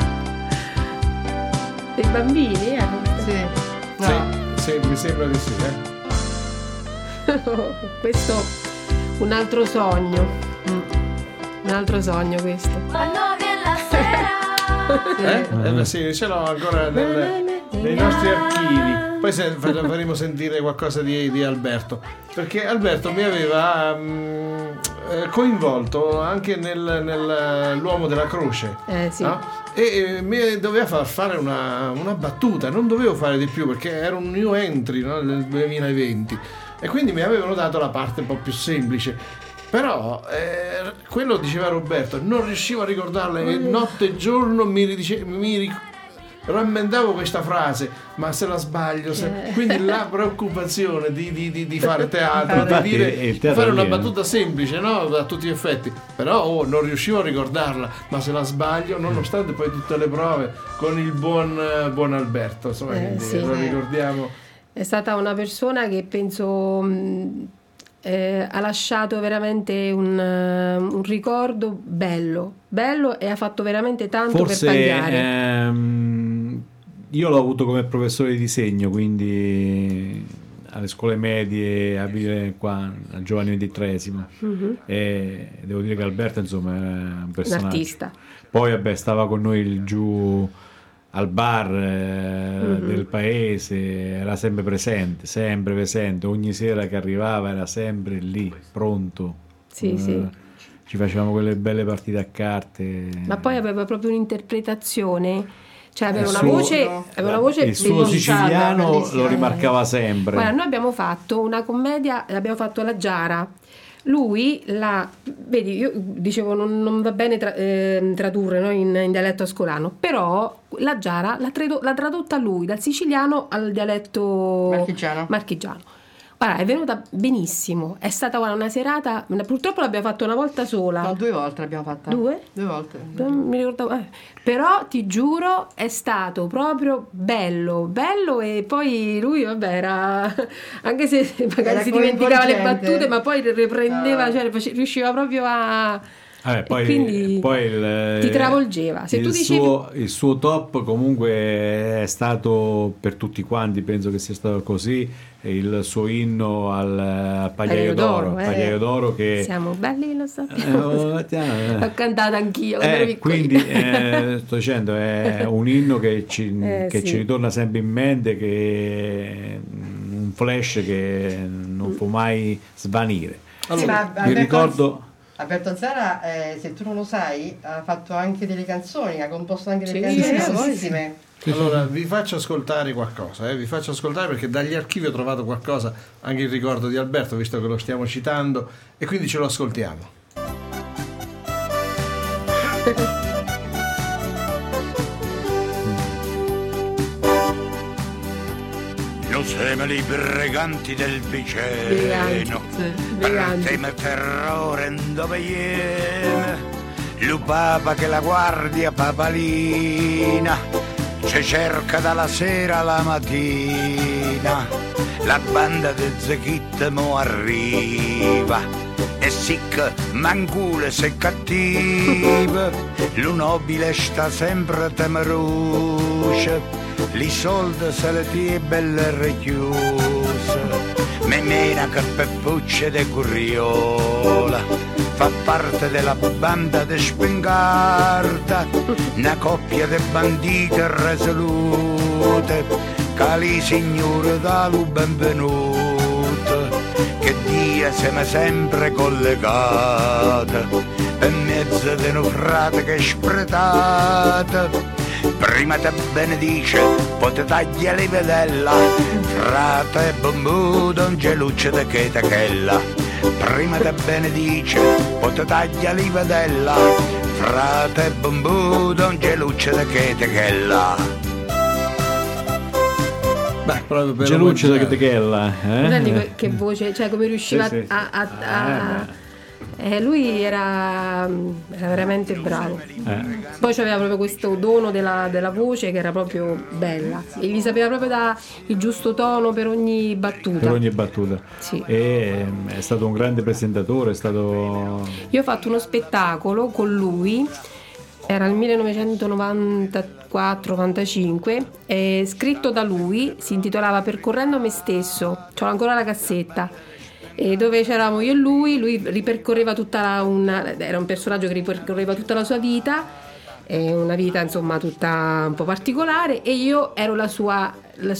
dei bambini, Sì, mi sembra di sì, Questo un altro sogno questo. Sì, ce l'ho ancora nei nostri archivi. Poi faremo sentire qualcosa di Alberto, perché Alberto mi aveva coinvolto anche nell'Uomo della Croce, no? E mi doveva fare una battuta, non dovevo fare di più perché era un new entry, no? Nel 2020, e quindi mi avevano dato la parte un po' più semplice. Però quello diceva Roberto, non riuscivo a ricordarla, e notte e giorno mi rammentavo questa frase, ma se la sbaglio, quindi la preoccupazione di fare teatro, di fare una battuta semplice, no? A tutti gli effetti, però non riuscivo a ricordarla, ma se la sbaglio, nonostante poi tutte le prove, con il buon Alberto, insomma, quindi lo ricordiamo. È stata una persona che penso... ha lasciato veramente un ricordo bello, e ha fatto veramente tanto. Forse, per tagliare. Io l'ho avuto come professore di disegno, quindi alle scuole medie a vivere qua a Giovanni XXIII, e devo dire che Alberto insomma era un personaggio, un artista. Poi stava con noi giù al bar del paese, era sempre presente, ogni sera che arrivava era sempre lì, pronto. Sì. Ci facevamo quelle belle partite a carte. Ma poi aveva proprio un'interpretazione, cioè aveva una voce il suo siciliano lo rimarcava sempre. Guarda, noi abbiamo fatto una commedia, l'abbiamo fatto alla Giara. Lui vedi, io dicevo non va bene tradurre, no, in dialetto ascolano, però la Giara l'ha tradotta lui dal siciliano al dialetto marchigiano. Guarda, è venuta benissimo, è stata una serata, purtroppo l'abbiamo fatta una volta sola. No, 2 volte l'abbiamo fatta. 2? 2 volte. Non mi ricordavo. Però ti giuro è stato proprio bello, e poi lui era, anche se magari si dimenticava le battute, ma poi riprendeva, cioè riusciva proprio a... Poi ti travolgeva. Se tu dicevi... il suo top comunque è stato per tutti quanti, penso che sia stato così, il suo inno al Pagliaio d'Oro, Pagliaio d'Oro, che siamo belli, lo sappiamo. L'ho cantata anch'io quindi sto dicendo, è un inno che ci ritorna sempre in mente, che un flash che non può mai svanire. Allora, mi ricordo Alberto Azzara, se tu non lo sai, ha fatto anche delle canzoni, ha composto anche delle canzoni famosissime. Allora vi faccio ascoltare qualcosa, vi faccio ascoltare perché dagli archivi ho trovato qualcosa, anche il ricordo di Alberto, visto che lo stiamo citando, e quindi ce lo ascoltiamo. Io siamo i briganti del vicino, teme terrore dove viene, lo papa che la guardia papalina ci cerca dalla sera alla mattina, la banda de Zechit mo arriva e sic mancule se cattiva, lo nobile sta sempre temeroso, li soldi se le tie belle richiuse, me mena che peppucce de curriola, fa parte della banda de spingarda, una coppia de bandite resolute, cali signore dalu benvenuto, che Dio siamo sempre collegata, per mezzo di un frate che è spretata, prima te benedice, poi te taglia le vedella, frate bambù non c'è luce da che te chella, prima te benedice, poi te taglia le vedella, frate bambù non c'è luce da che te chella. Beh, proprio per Geluccio da Catechella, che voce, cioè come riusciva lui era veramente bravo. Poi aveva proprio questo dono della voce che era proprio bella e gli sapeva proprio dare il giusto tono per ogni battuta. Sì. E è stato un grande presentatore, Io ho fatto uno spettacolo con lui. Era il 1994-95, scritto da lui, si intitolava Percorrendo me stesso, c'ho ancora la cassetta, e dove c'eravamo io e lui ripercorreva era un personaggio che ripercorreva tutta la sua vita, una vita insomma tutta un po' particolare, e io ero la sua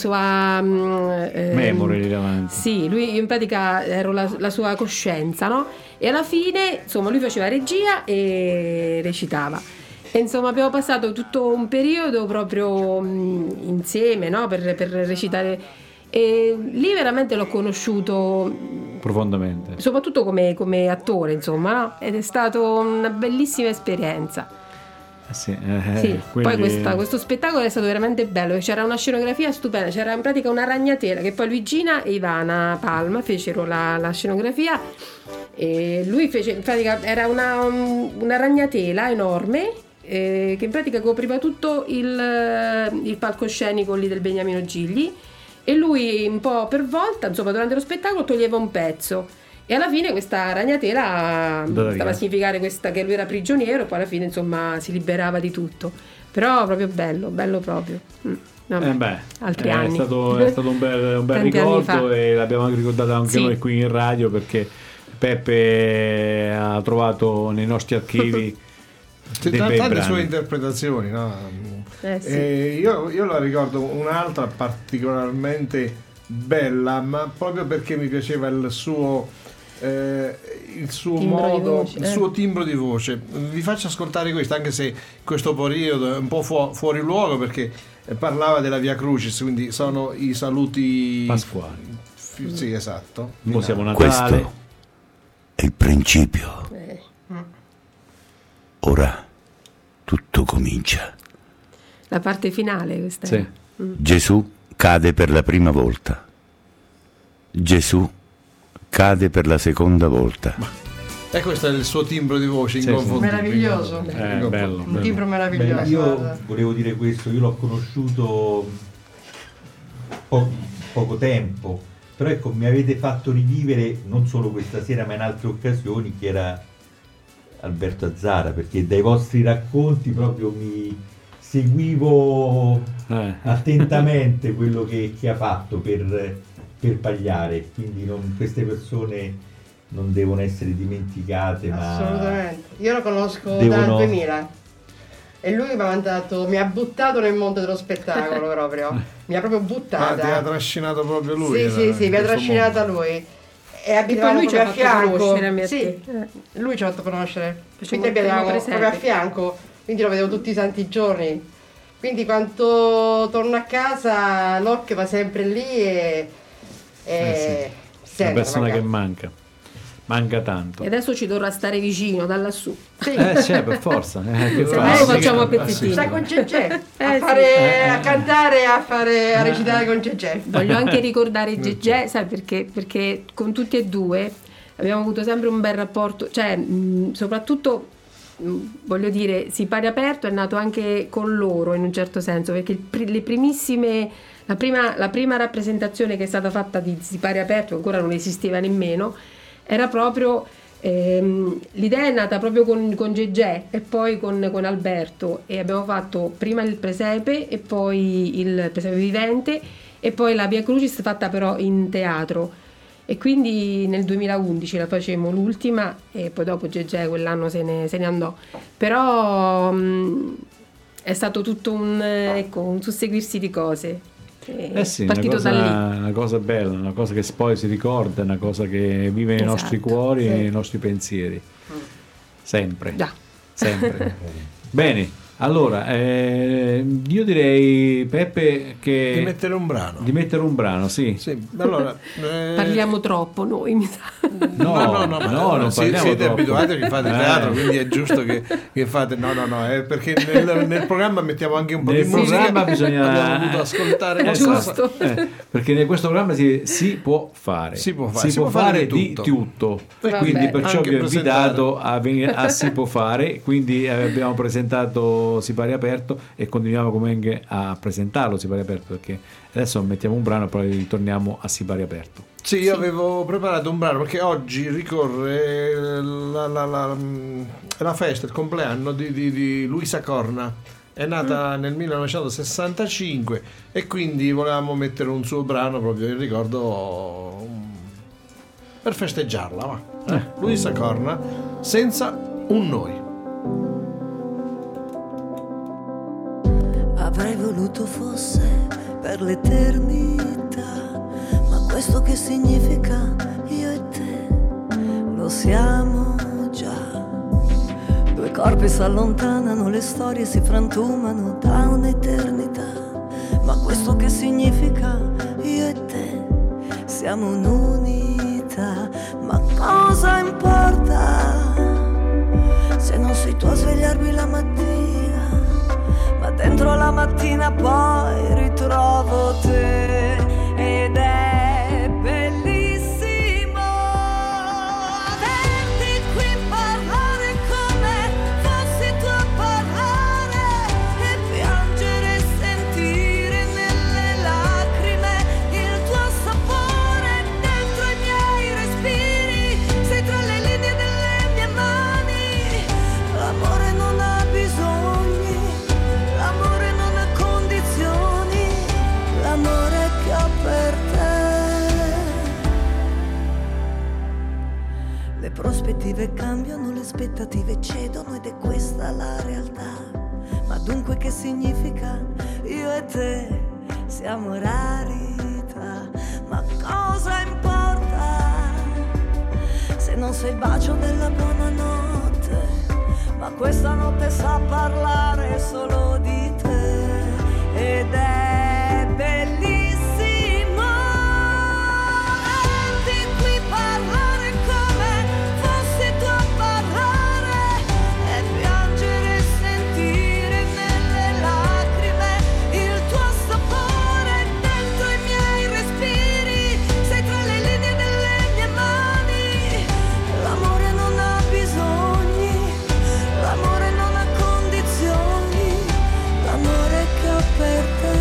memoria lì davanti. Sì, io in pratica ero la sua coscienza, no? E alla fine insomma lui faceva regia e recitava. E insomma abbiamo passato tutto un periodo proprio insieme, no? per recitare, e lì veramente l'ho conosciuto profondamente, soprattutto come attore, insomma, no? Ed è stata una bellissima esperienza. Sì, quindi... Poi questo spettacolo è stato veramente bello, c'era una scenografia stupenda, c'era in pratica una ragnatela che poi Luigina e Ivana Palma fecero la scenografia, e lui fece, in pratica era una ragnatela enorme, che in pratica copriva tutto il palcoscenico lì del Beniamino Gigli, e lui un po' per volta, insomma, durante lo spettacolo toglieva un pezzo, e alla fine questa ragnatela stava a significare che lui era prigioniero, poi alla fine insomma si liberava di tutto, però proprio bello proprio. Altri anni. È stato un bel ricordo, e l'abbiamo anche ricordato anche noi qui in radio, perché Peppe ha trovato nei nostri archivi tante sue interpretazioni, no? Io la ricordo un'altra particolarmente bella, ma proprio perché mi piaceva il suo modo, il suo timbro di voce. Vi faccio ascoltare questo, anche se questo periodo è un po' fuori luogo, perché parlava della Via Crucis, quindi sono i saluti pasquali. Sì, esatto. Siamo Natale. Questo è il principio. Ora tutto comincia. La parte finale questa. Sì. Gesù cade per la prima volta. Gesù cade per la seconda volta. E questo è il suo timbro di voce inconfondibile. Meraviglioso. Bello. Un timbro meraviglioso. Io volevo dire questo, io l'ho conosciuto poco tempo, però ecco, mi avete fatto rivivere non solo questa sera ma in altre occasioni, che era Alberto Azzara, perché dai vostri racconti proprio mi seguivo attentamente quello che ha fatto per Pagliare, quindi queste persone non devono essere dimenticate. Assolutamente. Io lo conosco dal 2000 e lui mi ha buttato nel mondo dello spettacolo proprio, mi ha proprio buttata. Ti ha trascinato proprio lui? Sì, mi ha trascinata lui. E abitavamo lui proprio a fianco. Sì, lui ci ha fatto conoscere. Quindi abitavamo proprio a fianco, quindi lo vedevo tutti i santi giorni. Quindi quando torno a casa l'occhio va sempre lì e una persona che manca. manca tanto. E adesso ci dovrà stare vicino da lassù. C'è per forza. Lo facciamo a pezzettini. Sta con Gegè a cantare, a recitare con Gegè. Voglio anche ricordare Gegè, sai perché? Perché con tutti e due abbiamo avuto sempre un bel rapporto, cioè soprattutto voglio dire, Sipario Aperto è nato anche con loro in un certo senso, perché le primissime, la prima rappresentazione che è stata fatta di Sipario Aperto, ancora non esisteva nemmeno, era proprio l'idea è nata proprio con Gegè e poi con Alberto, e abbiamo fatto prima il presepe e poi il presepe vivente e poi la Via Crucis fatta però in teatro. E quindi nel 2011 la facemmo l'ultima e poi dopo Gegè quell'anno se ne andò, però è stato tutto un susseguirsi di cose. Sì, una cosa bella, una cosa che poi si ricorda, una cosa che vive nei nostri cuori e nei nostri pensieri, sempre. Bene. Allora, io direi, Peppe, che di mettere un brano. Sì. Allora, parliamo troppo noi, mi sa. No, non siete troppo. abituati che fate teatro, quindi è giusto che fate. No, è perché nel programma mettiamo anche un po' di musica. Bisogna dovuto ascoltare giusto. Perché in questo programma si può fare di tutto. Quindi perciò vi ho invitato a venire a Si può fare, quindi abbiamo presentato Sipario Aperto e continuiamo comunque a presentarlo Sipario Aperto, perché adesso mettiamo un brano e poi ritorniamo a Sipario Aperto. Sì, io avevo preparato un brano perché oggi ricorre la festa, il compleanno di Luisa Corna. È nata nel 1965 e quindi volevamo mettere un suo brano proprio in ricordo per festeggiarla. Luisa Corna, Senza un noi. Avrei voluto fosse per l'eternità, ma questo che significa io e te lo siamo già. Due corpi si allontanano, le storie si frantumano da un'eternità, ma questo che significa io e te siamo un'unità. Ma cosa importa se non sei tu a svegliarmi la mattina, ma dentro la mattina poi ritrovo te ed è bellissimo averti qui parlare come fossi tu a parlare e piangere e sentire nelle lacrime il tuo sapore dentro i miei respiri, sei tra le linee delle mie mani, l'amore non ha bisogni, l'amore non ha condizioni, l'amore che ho per te. Le prospettive cambiano, le aspettative cedono ed è questa la realtà. Ma dunque che significa io e te siamo rarità? Ma cosa importa se non sei il bacio della buonanotte? Ma questa notte sa parlare solo di te ed è bellissimo averti qui parlare come fossi tu a parlare e piangere e sentire nelle lacrime il tuo sapore dentro i miei respiri, sei tra le linee delle mie mani, l'amore non ha bisogni, l'amore non ha condizioni, l'amore che ho per te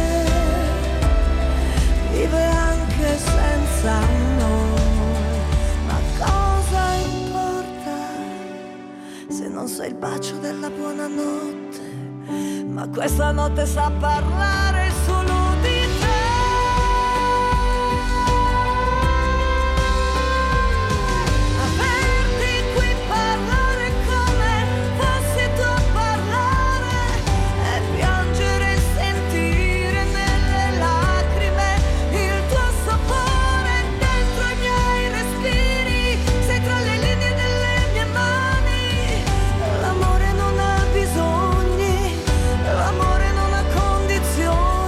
vive anche senza noi. Ma cosa importa se non sei il bacio della buonanotte? Ma questa notte sa parlare solo di te. Averti qui parlare come fossi tu a parlare e piangere e sentire nelle lacrime il tuo sapore dentro i miei respiri, sei tra le linee delle mie mani, l'amore non ha bisogni, l'amore non ha condizioni,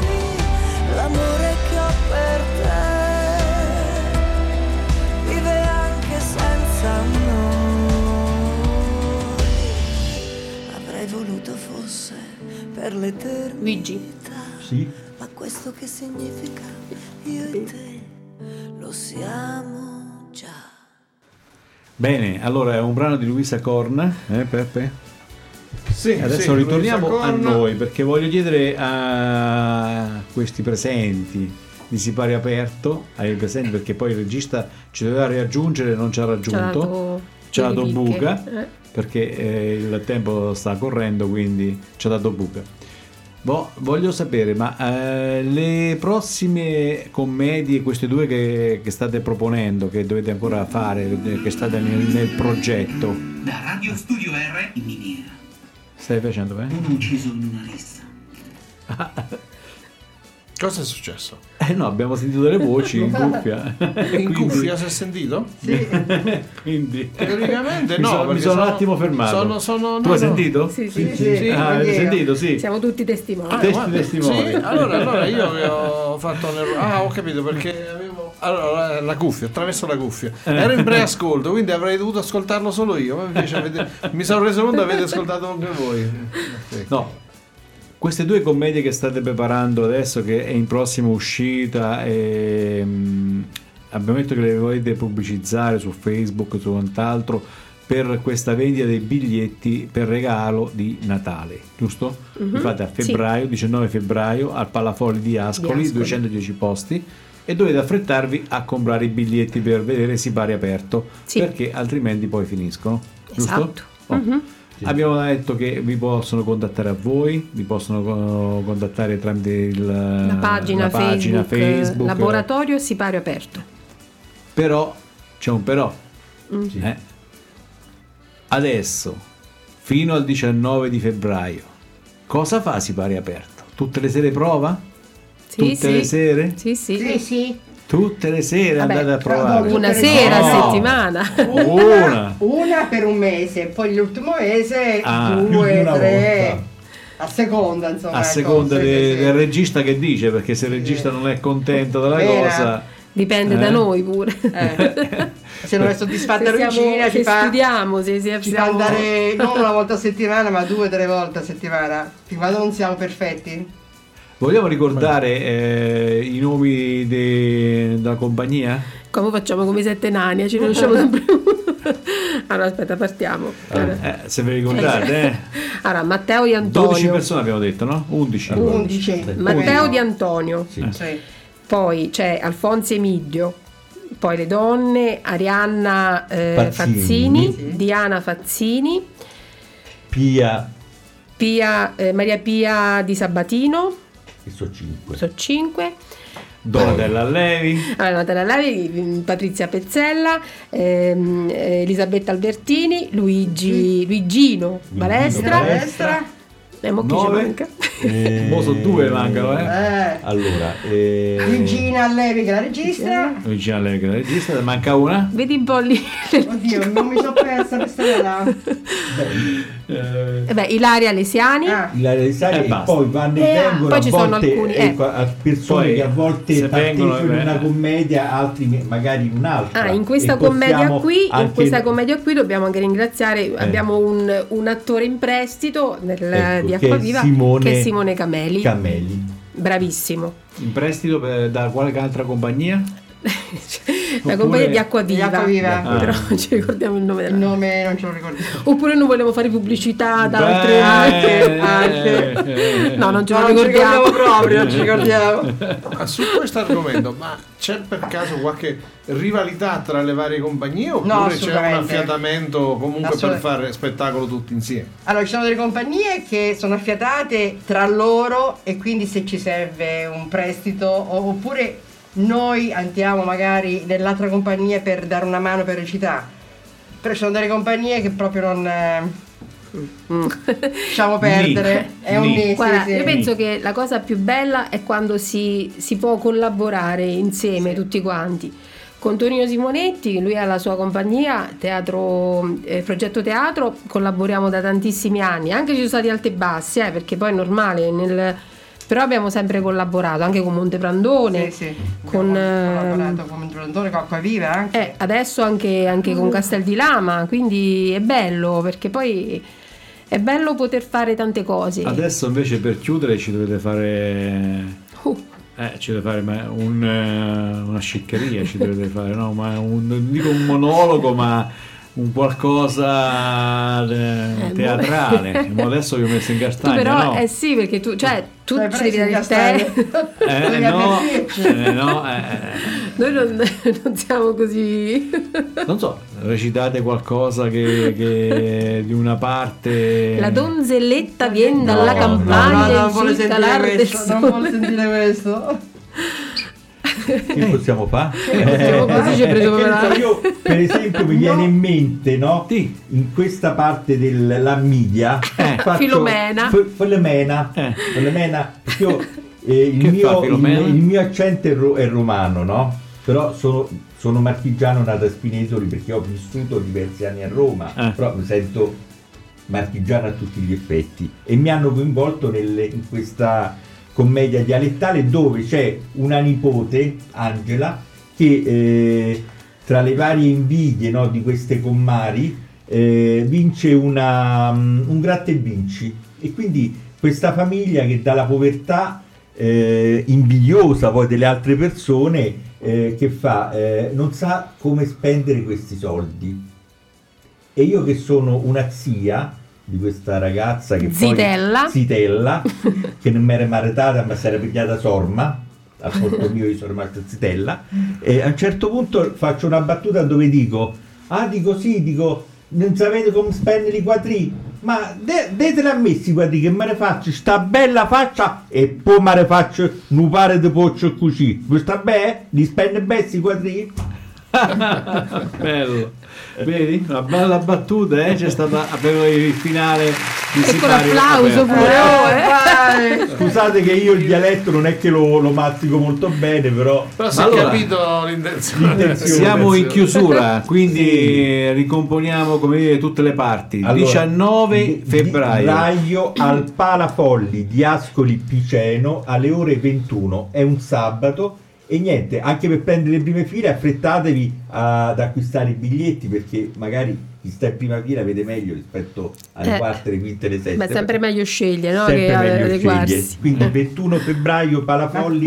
per l'eternità. Luigi. Sì. Ma questo che significa io e te lo siamo già. Bene, allora è un brano di Luisa Corna, Peppe? Sì, adesso ritorniamo a noi, perché voglio chiedere a questi presenti di Sipario Aperto, ai presenti, perché poi il regista ci doveva raggiungere, non ci ha raggiunto, ci ha dato buca, perché il tempo sta correndo, quindi ci ha dato buca. Voglio sapere, ma le prossime commedie, queste due che state proponendo, che dovete ancora fare, che state nel progetto, da Radio Studio R in miniera. Stai facendo bene? Uno ucciso in una rissa. Cosa è successo? No, abbiamo sentito delle voci in cuffia. In cuffia si è sentito? Sì. Quindi teoricamente no, mi sono un attimo fermato. Tu hai sentito? Sì. Hai sentito? Sì. Siamo tutti testimoni. Testimoni. Sì, allora io ho fatto un errore. Ho capito, perché avevo la cuffia, attraverso la cuffia. Ero in preascolto, quindi avrei dovuto ascoltarlo solo io, ma invece mi sono reso conto che avete ascoltato anche voi. No. Queste due commedie che state preparando adesso, che è in prossima uscita, abbiamo detto che le volete pubblicizzare su Facebook, su quant'altro, per questa vendita dei biglietti per regalo di Natale, giusto? Li fate a febbraio, 19 febbraio, al Palafoli di Ascoli, 210 posti, e dovete affrettarvi a comprare i biglietti per vedere Sipario Aperto, perché altrimenti poi finiscono, giusto? Esatto. Abbiamo detto che vi possono contattare a voi, vi possono contattare tramite la pagina Facebook, Laboratorio Sipario Aperto. Però c'è un però. Adesso fino al 19 di febbraio cosa fa Sipario Aperto? Tutte le sere prova? Tutte le sere? Sì. Tutte le sere andate a provare? Una sera a settimana. Una per un mese, poi l'ultimo mese 2, 3 a seconda, insomma. A seconda del regista che dice, perché se il regista non è contento della cosa, dipende da noi pure. Se non è soddisfatta Regina ci fa andare non una volta a settimana, ma 2 o 3 volte a settimana, fin quando non siamo perfetti. Vogliamo ricordare i nomi della compagnia? Come facciamo come i 7 nani? Ci riusciamo sempre. Allora aspetta, partiamo. Se ve li ricordate, Allora, Matteo Di Antonio. 12 persone abbiamo detto, no? 11. Matteo Di Antonio. Sì. Poi c'è Alfonso Emidio. Poi le donne: Arianna Fazzini, Diana Fazzini, Maria Pia Di Sabatino. Sono 5. Donatella Allevi, Patrizia Pezzella, Elisabetta Albertini, Luigino Balestra. Mo chi ci manca? Mo sono 2 mancano, Allora, Luigina Allevi che la registra. Manca una? Vedi un po' lì. Oddio, non mi sono persa questa là. Ilaria Lesiani. E poi vanno e vengono, poi a ci volte, sono alcuni persone poi, che a volte partecipano in una commedia, altri magari in un'altra. In questa commedia qui dobbiamo anche ringraziare, abbiamo un attore in prestito di Acquaviva, che è Simone Camelli. Bravissimo. In prestito da qualche altra compagnia? La compagnia di Acquaviva. Però non ci ricordiamo il nome. Il nome non ce lo ricordiamo. Oppure non vogliamo fare pubblicità da altre. No, non ce lo ricordiamo proprio, non ci ricordiamo. Su questo argomento, ma c'è per caso qualche rivalità tra le varie compagnie, oppure c'è un affiatamento comunque per fare spettacolo tutti insieme? Allora, ci sono delle compagnie che sono affiatate tra loro, e quindi se ci serve un prestito, oppure noi andiamo magari nell'altra compagnia per dare una mano per recitare. Però ci sono delle compagnie che proprio non lasciamo perdere. È un Guarda, io penso che la cosa più bella è quando si può collaborare insieme tutti quanti. Con Tonino Simonetti, lui ha la sua compagnia Progetto Teatro, collaboriamo da tantissimi anni, anche ci sono stati alti e bassi, perché poi è normale, però abbiamo sempre collaborato anche con Monteprandone, collaborato con Monteprandone, con Acquaviva anche. Adesso anche con Castel di Lama, quindi è bello, perché poi è bello poter fare tante cose. Adesso invece per chiudere ci dovete fare ci deve fare una sciccheria, ci dovete fare, no? Ma non dico un monologo, ma un qualcosa teatrale. Ma adesso vi ho messo in castagna. Tu però, no? Sì, perché tu ci devi dare il te. Noi non siamo così. Non so, recitate qualcosa che di una parte. La donzelletta viene dalla campagna. Non vuole sentire questo. Che possiamo fare? Io per esempio mi viene in mente, no? In questa parte dell'Ammidia Filomena. Filomena, perché io, il mio accento è romano, no? Però sono marchigiano, nato a Spinetoli, perché ho vissuto diversi anni a Roma, però mi sento marchigiano a tutti gli effetti, e mi hanno coinvolto in questa commedia dialettale dove c'è una nipote, Angela, che tra le varie invidie, no, di queste commari vince un gratta e vinci, e quindi questa famiglia che dalla povertà invidiosa poi delle altre persone che fa non sa come spendere questi soldi, e io che sono una zia di questa ragazza che Zitella, che non mi era maritata ma si era pigliata sorma, al posto mio io sono rimasto Zitella, e a un certo punto faccio una battuta dove dico non sapete come spendere i quadri, ma detela a me sti quadri che me ne faccio sta bella faccia e poi me ne faccio un pare di poccio così, sta bene? Li spende bene sti quadri? Bello, vedi? Una bella battuta, c'è stata appena il finale di ecco l'applauso pure. Scusate che io il dialetto non è che lo mazzico molto bene, però si è capito l'intenzione. Siamo in chiusura, quindi ricomponiamo, come dire, tutte le parti. Allora, 19 febbraio al Palafolli di Ascoli Piceno alle ore 21, è un sabato. E niente, anche per prendere le prime file affrettatevi ad acquistare i biglietti, perché magari chi sta in prima fila vede meglio rispetto alle quarte, le quinte, le sette. Ma è sempre meglio scegliere, no? Sempre che meglio adeguarsi. Quindi 21 febbraio Palafolli,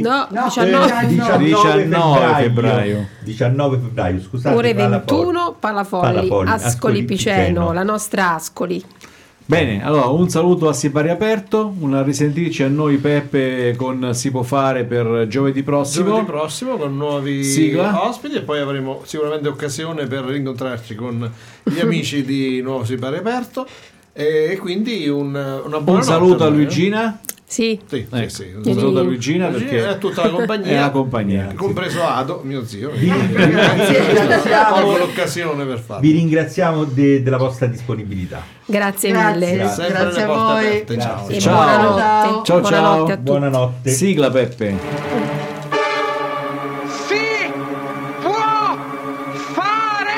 19 febbraio, scusate, ore 21 Palafolli, Ascoli Piceno, la nostra Ascoli. Bene, allora un saluto a Siparia Aperto, una risentirci a noi Peppe con Si può fare per giovedì prossimo con nuovi ospiti, e poi avremo sicuramente occasione per rincontrarci con gli amici di Nuovo Siparia Aperto, e quindi un saluto a Luigina. Sì. Un saluto a Luigina perché è tutta la compagnia, è la compagnia, compreso Ado, mio zio. Colgo l'occasione per farlo. Vi ringraziamo della vostra disponibilità. Grazie mille. Grazie a voi. Ciao. Ciao. Buonanotte. Sigla, Peppe. Si può fare!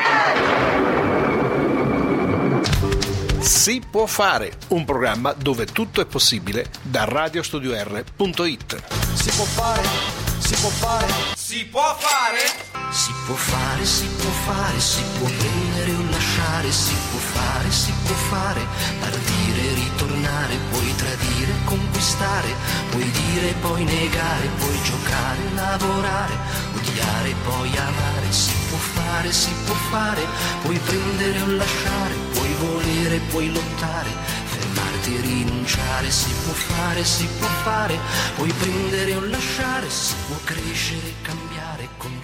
Si può fare, un programma dove tutto è possibile da radiostudioR.it. Si può fare, si può fare, si può fare, si può fare, si può fare, si può prendere o lasciare, si può fare, partire, ritornare, puoi tradire, conquistare, puoi dire, poi negare, puoi giocare, lavorare, odiare, poi amare, si può fare, puoi prendere o lasciare, puoi volere, puoi lottare, fermarti e rinunciare, si può fare, puoi prendere o lasciare, si può crescere, cambiare,